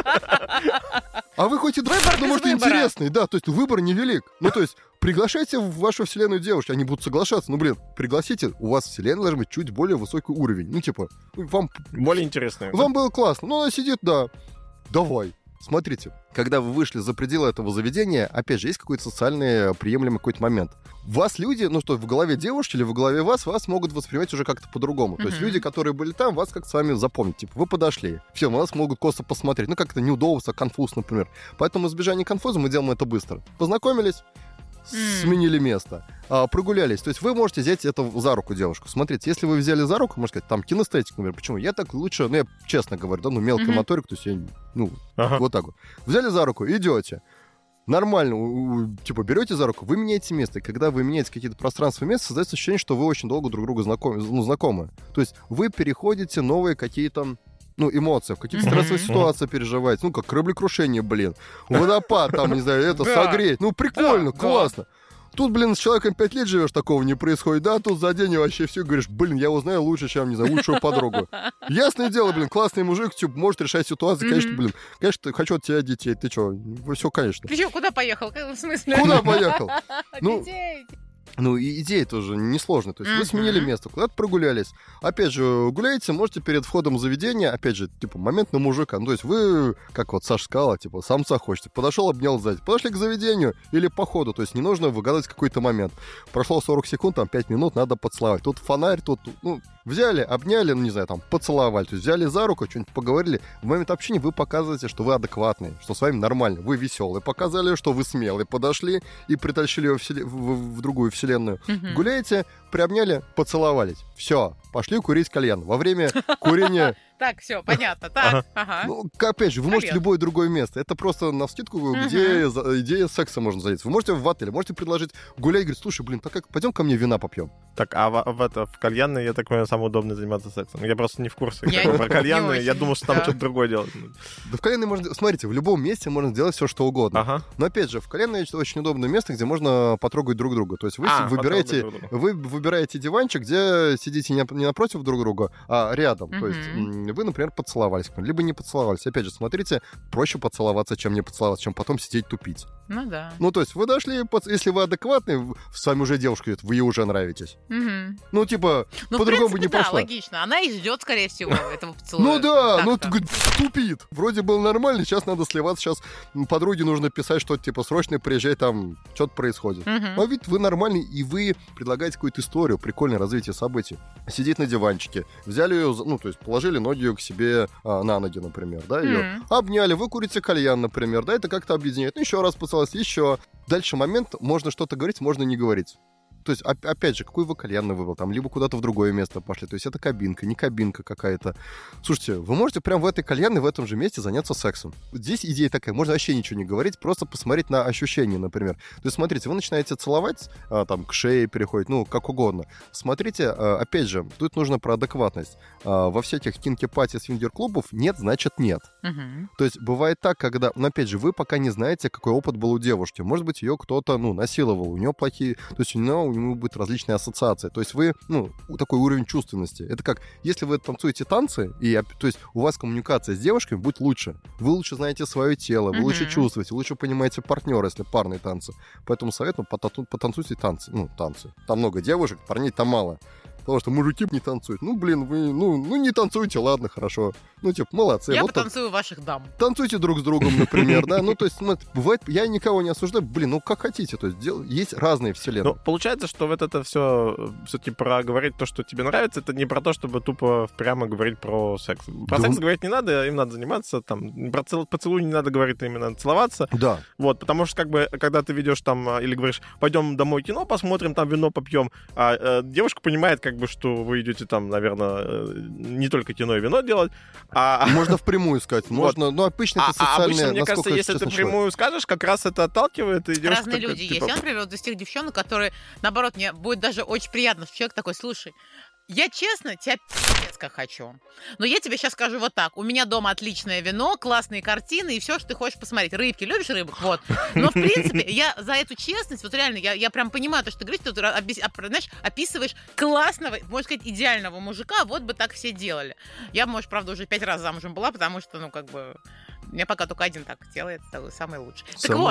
S1: А вы хоть и ну, может, интересный, да, то есть выбор невелик. Ну, то есть приглашайте в вашу вселенную девушек, они будут соглашаться. Ну, блин, пригласите, у вас вселенная должна быть чуть более высокий уровень. Ну, типа, вам...
S3: Более интересный.
S1: Вам было классно. Ну, она сидит, да. Давай. Смотрите, когда вы вышли за пределы этого заведения, опять же, есть какой-то социальный приемлемый какой-то момент. Вас люди, ну что, в голове девушки или в голове вас могут воспринимать уже как-то по-другому. То есть люди, которые были там, вас как-то с вами запомнят. Типа, вы подошли, все, вас могут косо посмотреть. Ну, как-то неудобство, конфуз, например. Поэтому в избежание конфуза мы делаем это быстро. Познакомились, сменили место, прогулялись. То есть вы можете взять это за руку девушку. Смотрите, если вы взяли за руку, можно сказать, там кинестетик, например. Почему? Я так лучше, ну, я честно говорю, да, ну, мелкая моторика, то есть я, ну, вот так вот. Взяли за руку, идете. Нормально, типа, берете за руку, вы меняете место. И когда вы меняете какие-то пространства и места, создается ощущение, что вы очень долго друг другу знакомы. То есть вы переходите новые какие-то, ну, эмоции, в какие-то стрессовые ситуации переживаете. Ну, как кораблекрушение, блин. Водопад, там, не знаю, это согреть. Ну, прикольно, классно. Тут, блин, с человеком 5 лет живешь, такого не происходит, да? Тут за день вообще все говоришь, блин, я его знаю лучше, чем, не знаю, лучшую подругу. Ясное дело, блин, классный мужик, типа, может решать ситуации, конечно, блин. Конечно, хочу от тебя детей, ты что? Все, конечно.
S2: Ты что, куда поехал? В смысле?
S1: Куда поехал?
S2: Детей.
S1: Ну, и идея тоже несложная. То есть вы сменили место, куда-то прогулялись. Опять же, гуляете, можете перед входом в заведение, опять же, типа, момент на мужика. Ну, то есть вы, как вот Саша сказала, типа, самца хочете. Подошел, обнял сзади. Подошли к заведению или по ходу. То есть не нужно выгадывать какой-то момент. Прошло 40 секунд, там 5 минут, надо поцеловать. Тут фонарь, тут, ну, взяли, обняли, ну, не знаю, там, поцеловали. То есть взяли за руку, что-нибудь поговорили. В момент общения вы показываете, что вы адекватный, что с вами нормально, вы веселый. Показали, что вы смелый. Подошли и притащили его в другую вселенную. Гуляете, приобняли, поцеловались. Все, пошли курить кальян. Во время курения...
S2: Так, все, понятно. Так, ага.
S1: Ну, опять же, вы можете любое другое место. Это просто навскидку, где идея секса можно заняться. Вы можете в отеле, можете предложить гулять, говорить, слушай, блин, так как, пойдем ко мне вина попьем.
S3: Так, а в кальянной, я так понимаю, самое удобное заниматься сексом. Я просто не в курсе про кальянные. Я думал, что там что-то другое делать.
S1: Да в кальянной можно... Смотрите, в любом месте можно сделать все, что угодно. Но опять же, в кальянной очень удобное место, где можно потрогать друг друга. То есть вы выбираете выбираете диванчик, где сидите не напротив друг друга, а рядом. То есть вы, например, поцеловались, либо не поцеловались. Опять же, смотрите, проще поцеловаться, чем не поцеловаться, чем потом сидеть тупить.
S2: Ну да.
S1: Ну, то есть вы дошли, если вы адекватный, с вами уже девушка говорит, вы ей уже нравитесь. Ну, типа, по-другому бы не пошло.
S2: Да, логично. Она и ждет, скорее всего, этого поцелуя.
S1: Ну да, ну тупит. Вроде был нормально, сейчас надо сливаться, сейчас подруге нужно писать, что типа срочно приезжай, там что-то происходит. А ведь вы нормальный, и вы предлагаете какую-то историю, прикольное развитие событий. Сидит на диванчике, взяли ее, ну, то есть положили ноги ее к себе на ноги, например, да, ее обняли, вы курите кальян, например, да, это как-то объединяет. Ну, еще раз поцеловались, еще. Дальше момент, можно что-то говорить, можно не говорить. То есть, опять же, какой вы кальян выбрал, там, либо куда-то в другое место пошли. То есть это кабинка, не кабинка какая-то. Слушайте, вы можете прямо в этой кальянной в этом же месте заняться сексом. Здесь идея такая, можно вообще ничего не говорить, просто посмотреть на ощущения, например. То есть, смотрите, вы начинаете целовать, там, к шее переходит, ну, как угодно. Смотрите, опять же, тут нужно про адекватность. Во всяких кинки-пати свингер-клубов нет, значит нет. То есть, бывает так, когда, ну, опять же, вы пока не знаете, какой опыт был у девушки. Может быть, ее кто-то, ну, насиловал, у нее плохие... То есть, у него будут различные ассоциации. То есть вы, ну, такой уровень чувственности. Это как, если вы танцуете танцы, и, то есть у вас коммуникация с девушками будет лучше. Вы лучше знаете свое тело, вы лучше чувствуете, лучше понимаете партнера, если парные танцы. Поэтому советую потанцуйте танцы. Ну, танцы. Там много девушек, парней там мало. Потому что мужики не танцуют. Ну, блин, вы, ну не танцуйте, ладно, хорошо. Ну, типа, молодцы.
S2: Я
S1: вот
S2: потанцую ваших дам.
S1: Танцуйте друг с другом, например, да. Ну, то есть, бывает, я никого не осуждаю, блин, ну, как хотите. То есть, есть разные вселенные.
S3: Ну, получается, что вот это все-таки про говорить то, что тебе нравится, это не про то, чтобы тупо прямо говорить про секс. Про секс говорить не надо, им надо заниматься, там, про поцелуй не надо говорить, им надо целоваться.
S1: Да.
S3: Вот, потому что, как бы, когда ты ведешь там, или говоришь, пойдем домой кино посмотрим, там, вино попьем, девушка понимает, как бы, что вы идете там, наверное, не только кино и вино делать,
S1: Можно впрямую сказать, можно, но обычно это социальное...
S3: Обычно, мне кажется, если ты впрямую скажешь, как раз это отталкивает, и девушка...
S2: Разные люди есть. Я, например, вот из тех девчонок, которые, наоборот, мне будет даже очень приятно, что человек такой, слушай, я честно тебя пи***ц как хочу. Но я тебе сейчас скажу вот так. У меня дома отличное вино, классные картины и все, что ты хочешь посмотреть. Рыбки. Любишь рыбок? Вот. Но, в принципе, я за эту честность, вот реально, я прям понимаю то, что ты говоришь, ты, знаешь, описываешь классного, можно сказать, идеального мужика, вот бы так все делали. Я, может, правда, уже 5 раз замужем была, потому что, ну, как бы... У меня пока только один так делает, это самый лучший.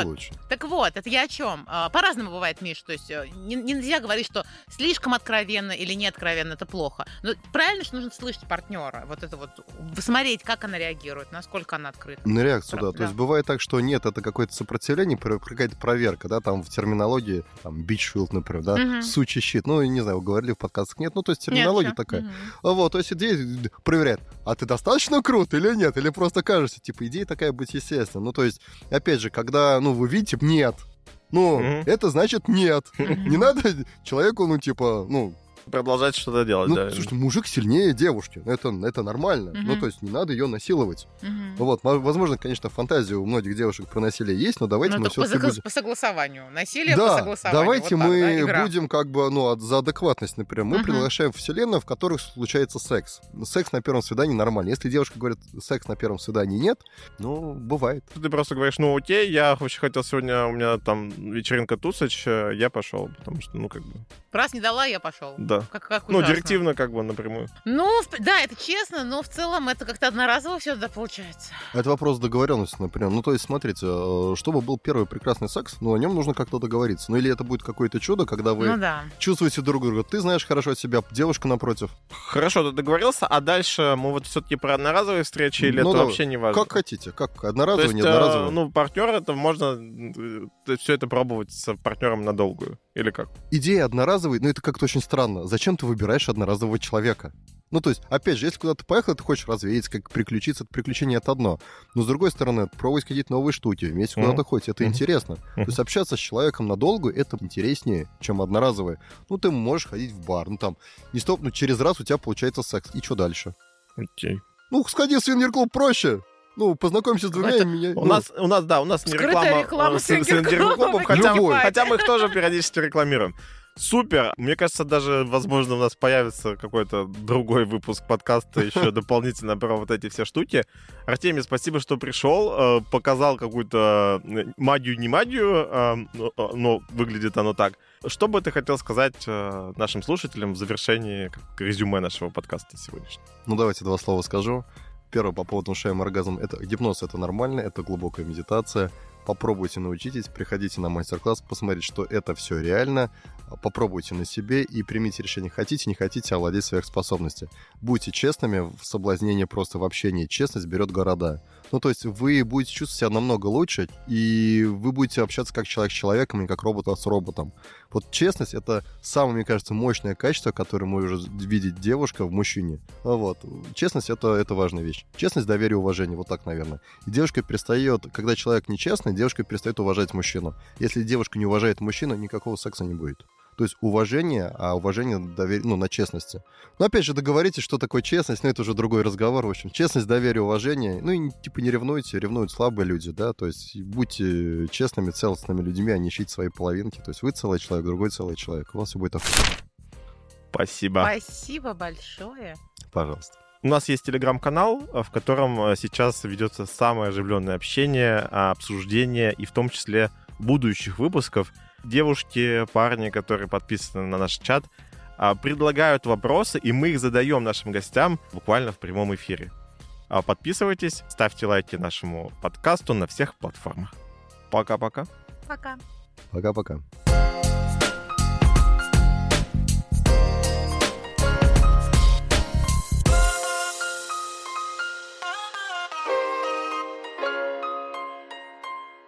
S2: Так вот, это я о чем? По-разному бывает, Миш. То есть нельзя говорить, что слишком откровенно или не откровенно, это плохо. Но правильно, что нужно слышать партнера. Вот это вот, посмотреть, как она реагирует, насколько она открыта.
S1: На реакцию, да. То есть бывает так, что нет, это какое-то сопротивление, какая-то проверка, да, там в терминологии, там, бичфилд, например, да, сучий щит. Ну, не знаю, вы говорили в подкастах, нет, ну, то есть терминология такая. Вот, то есть идея проверяет, а ты достаточно крут или нет, или просто кажешься, типа, идея такая быть естественно. Ну, то есть, опять же, когда, ну, вы видите, нет. Ну, это значит нет. Не надо человеку, ну, типа, ну...
S3: Продолжать что-то делать,
S1: ну,
S3: да.
S1: Слушайте, мужик сильнее девушки. Это нормально. Ну, то есть не надо ее насиловать. Вот, возможно, конечно, фантазию у многих девушек про насилие есть, но давайте мы все-таки будем...
S2: по согласованию. Насилие по согласованию.
S1: Давайте вот мы будем как бы, ну, за адекватность, например. Мы приглашаем вселенную, в которой случается секс. Секс на первом свидании нормально. Если девушка говорит, секс на первом свидании нет, ну, бывает.
S3: Ты просто говоришь, ну, окей, я вообще хотел сегодня, у меня там вечеринка тусач, я пошел, потому что, ну, как бы...
S2: Раз не дала, я пошел.
S3: Да.
S2: Как
S3: ну, директивно, как бы, напрямую.
S2: Ну, да, это честно, но в целом это как-то одноразово все туда получается.
S1: Это вопрос договоренности, например. Ну, то есть, смотрите, чтобы был первый прекрасный секс, ну, о нем нужно как-то договориться. Ну, или это будет какое-то чудо, когда вы чувствуете друг друга. Ты знаешь хорошо себя, девушка напротив.
S3: Хорошо, ты договорился, а дальше мы вот все-таки про одноразовые встречи, или это вообще не важно?
S1: Как хотите, как одноразовые, не одноразовые.
S3: Ну, партнер, это можно все это пробовать с партнером на долгую, или как?
S1: Идея одноразовой, ну, это как-то очень странно. Зачем ты выбираешь одноразового человека? Ну, то есть, опять же, если куда-то поехал, ты хочешь развеяться, как приключиться, это приключение это одно. Но, с другой стороны, пробовать какие-то новые штуки, вместе куда-то ходить, это интересно. То есть, общаться с человеком надолго, это интереснее, чем одноразовое. Ну, ты можешь ходить в бар, ну, там, не стоп, ну, через раз у тебя получается секс. И что дальше?
S3: Окей.
S1: Ну, сходи в свингер-клуб проще. Ну, познакомься с двумя и меня...
S3: У нас не реклама
S2: с
S3: свингер-клубов, хотя мы их тоже периодически рекламируем. Супер! Мне кажется, даже, возможно, у нас появится какой-то другой выпуск подкаста еще дополнительно про вот эти все штуки. Артемий, спасибо, что пришел, показал какую-то магию, не магию, но выглядит оно так. Что бы ты хотел сказать нашим слушателям в завершении резюме нашего подкаста сегодняшнего?
S1: Ну, давайте 2 слова скажу. Первое, по поводу внушаемый оргазм. Гипноз — это нормально, это глубокая медитация. Попробуйте, научитесь, приходите на мастер-класс, посмотрите, что это все реально. Попробуйте на себе и примите решение, хотите, не хотите овладеть своих способностей. Будьте честными в соблазнении, просто в общении. Честность берет города. Ну, то есть вы будете чувствовать себя намного лучше, и вы будете общаться как человек с человеком, и как робот с роботом. Вот честность — это самое, мне кажется, мощное качество, которое может видеть девушка в мужчине. Вот. Честность — это важная вещь. Честность, доверие, уважение. Вот так, наверное. И девушка перестает, когда человек нечестный, девушка перестает уважать мужчину. Если девушка не уважает мужчину, никакого секса не будет. То есть уважение, а уважение на честности. Но опять же, договоритесь, что такое честность, но это уже другой разговор. В общем, честность, доверие, уважение. Ну и не ревнуйте, ревнуют слабые люди, да. То есть будьте честными, целостными людьми, а не ищите свои половинки. То есть вы целый человек, другой целый человек. У вас все будет охуенно.
S3: Спасибо.
S2: Спасибо большое.
S1: Пожалуйста.
S3: У нас есть телеграм-канал, в котором сейчас ведется самое оживленное общение, обсуждение и в том числе будущих выпусков. Девушки, парни, которые подписаны на наш чат, предлагают вопросы, и мы их задаем нашим гостям буквально в прямом эфире. Подписывайтесь, ставьте лайки нашему подкасту на всех платформах. Пока-пока.
S2: Пока.
S1: Пока-пока.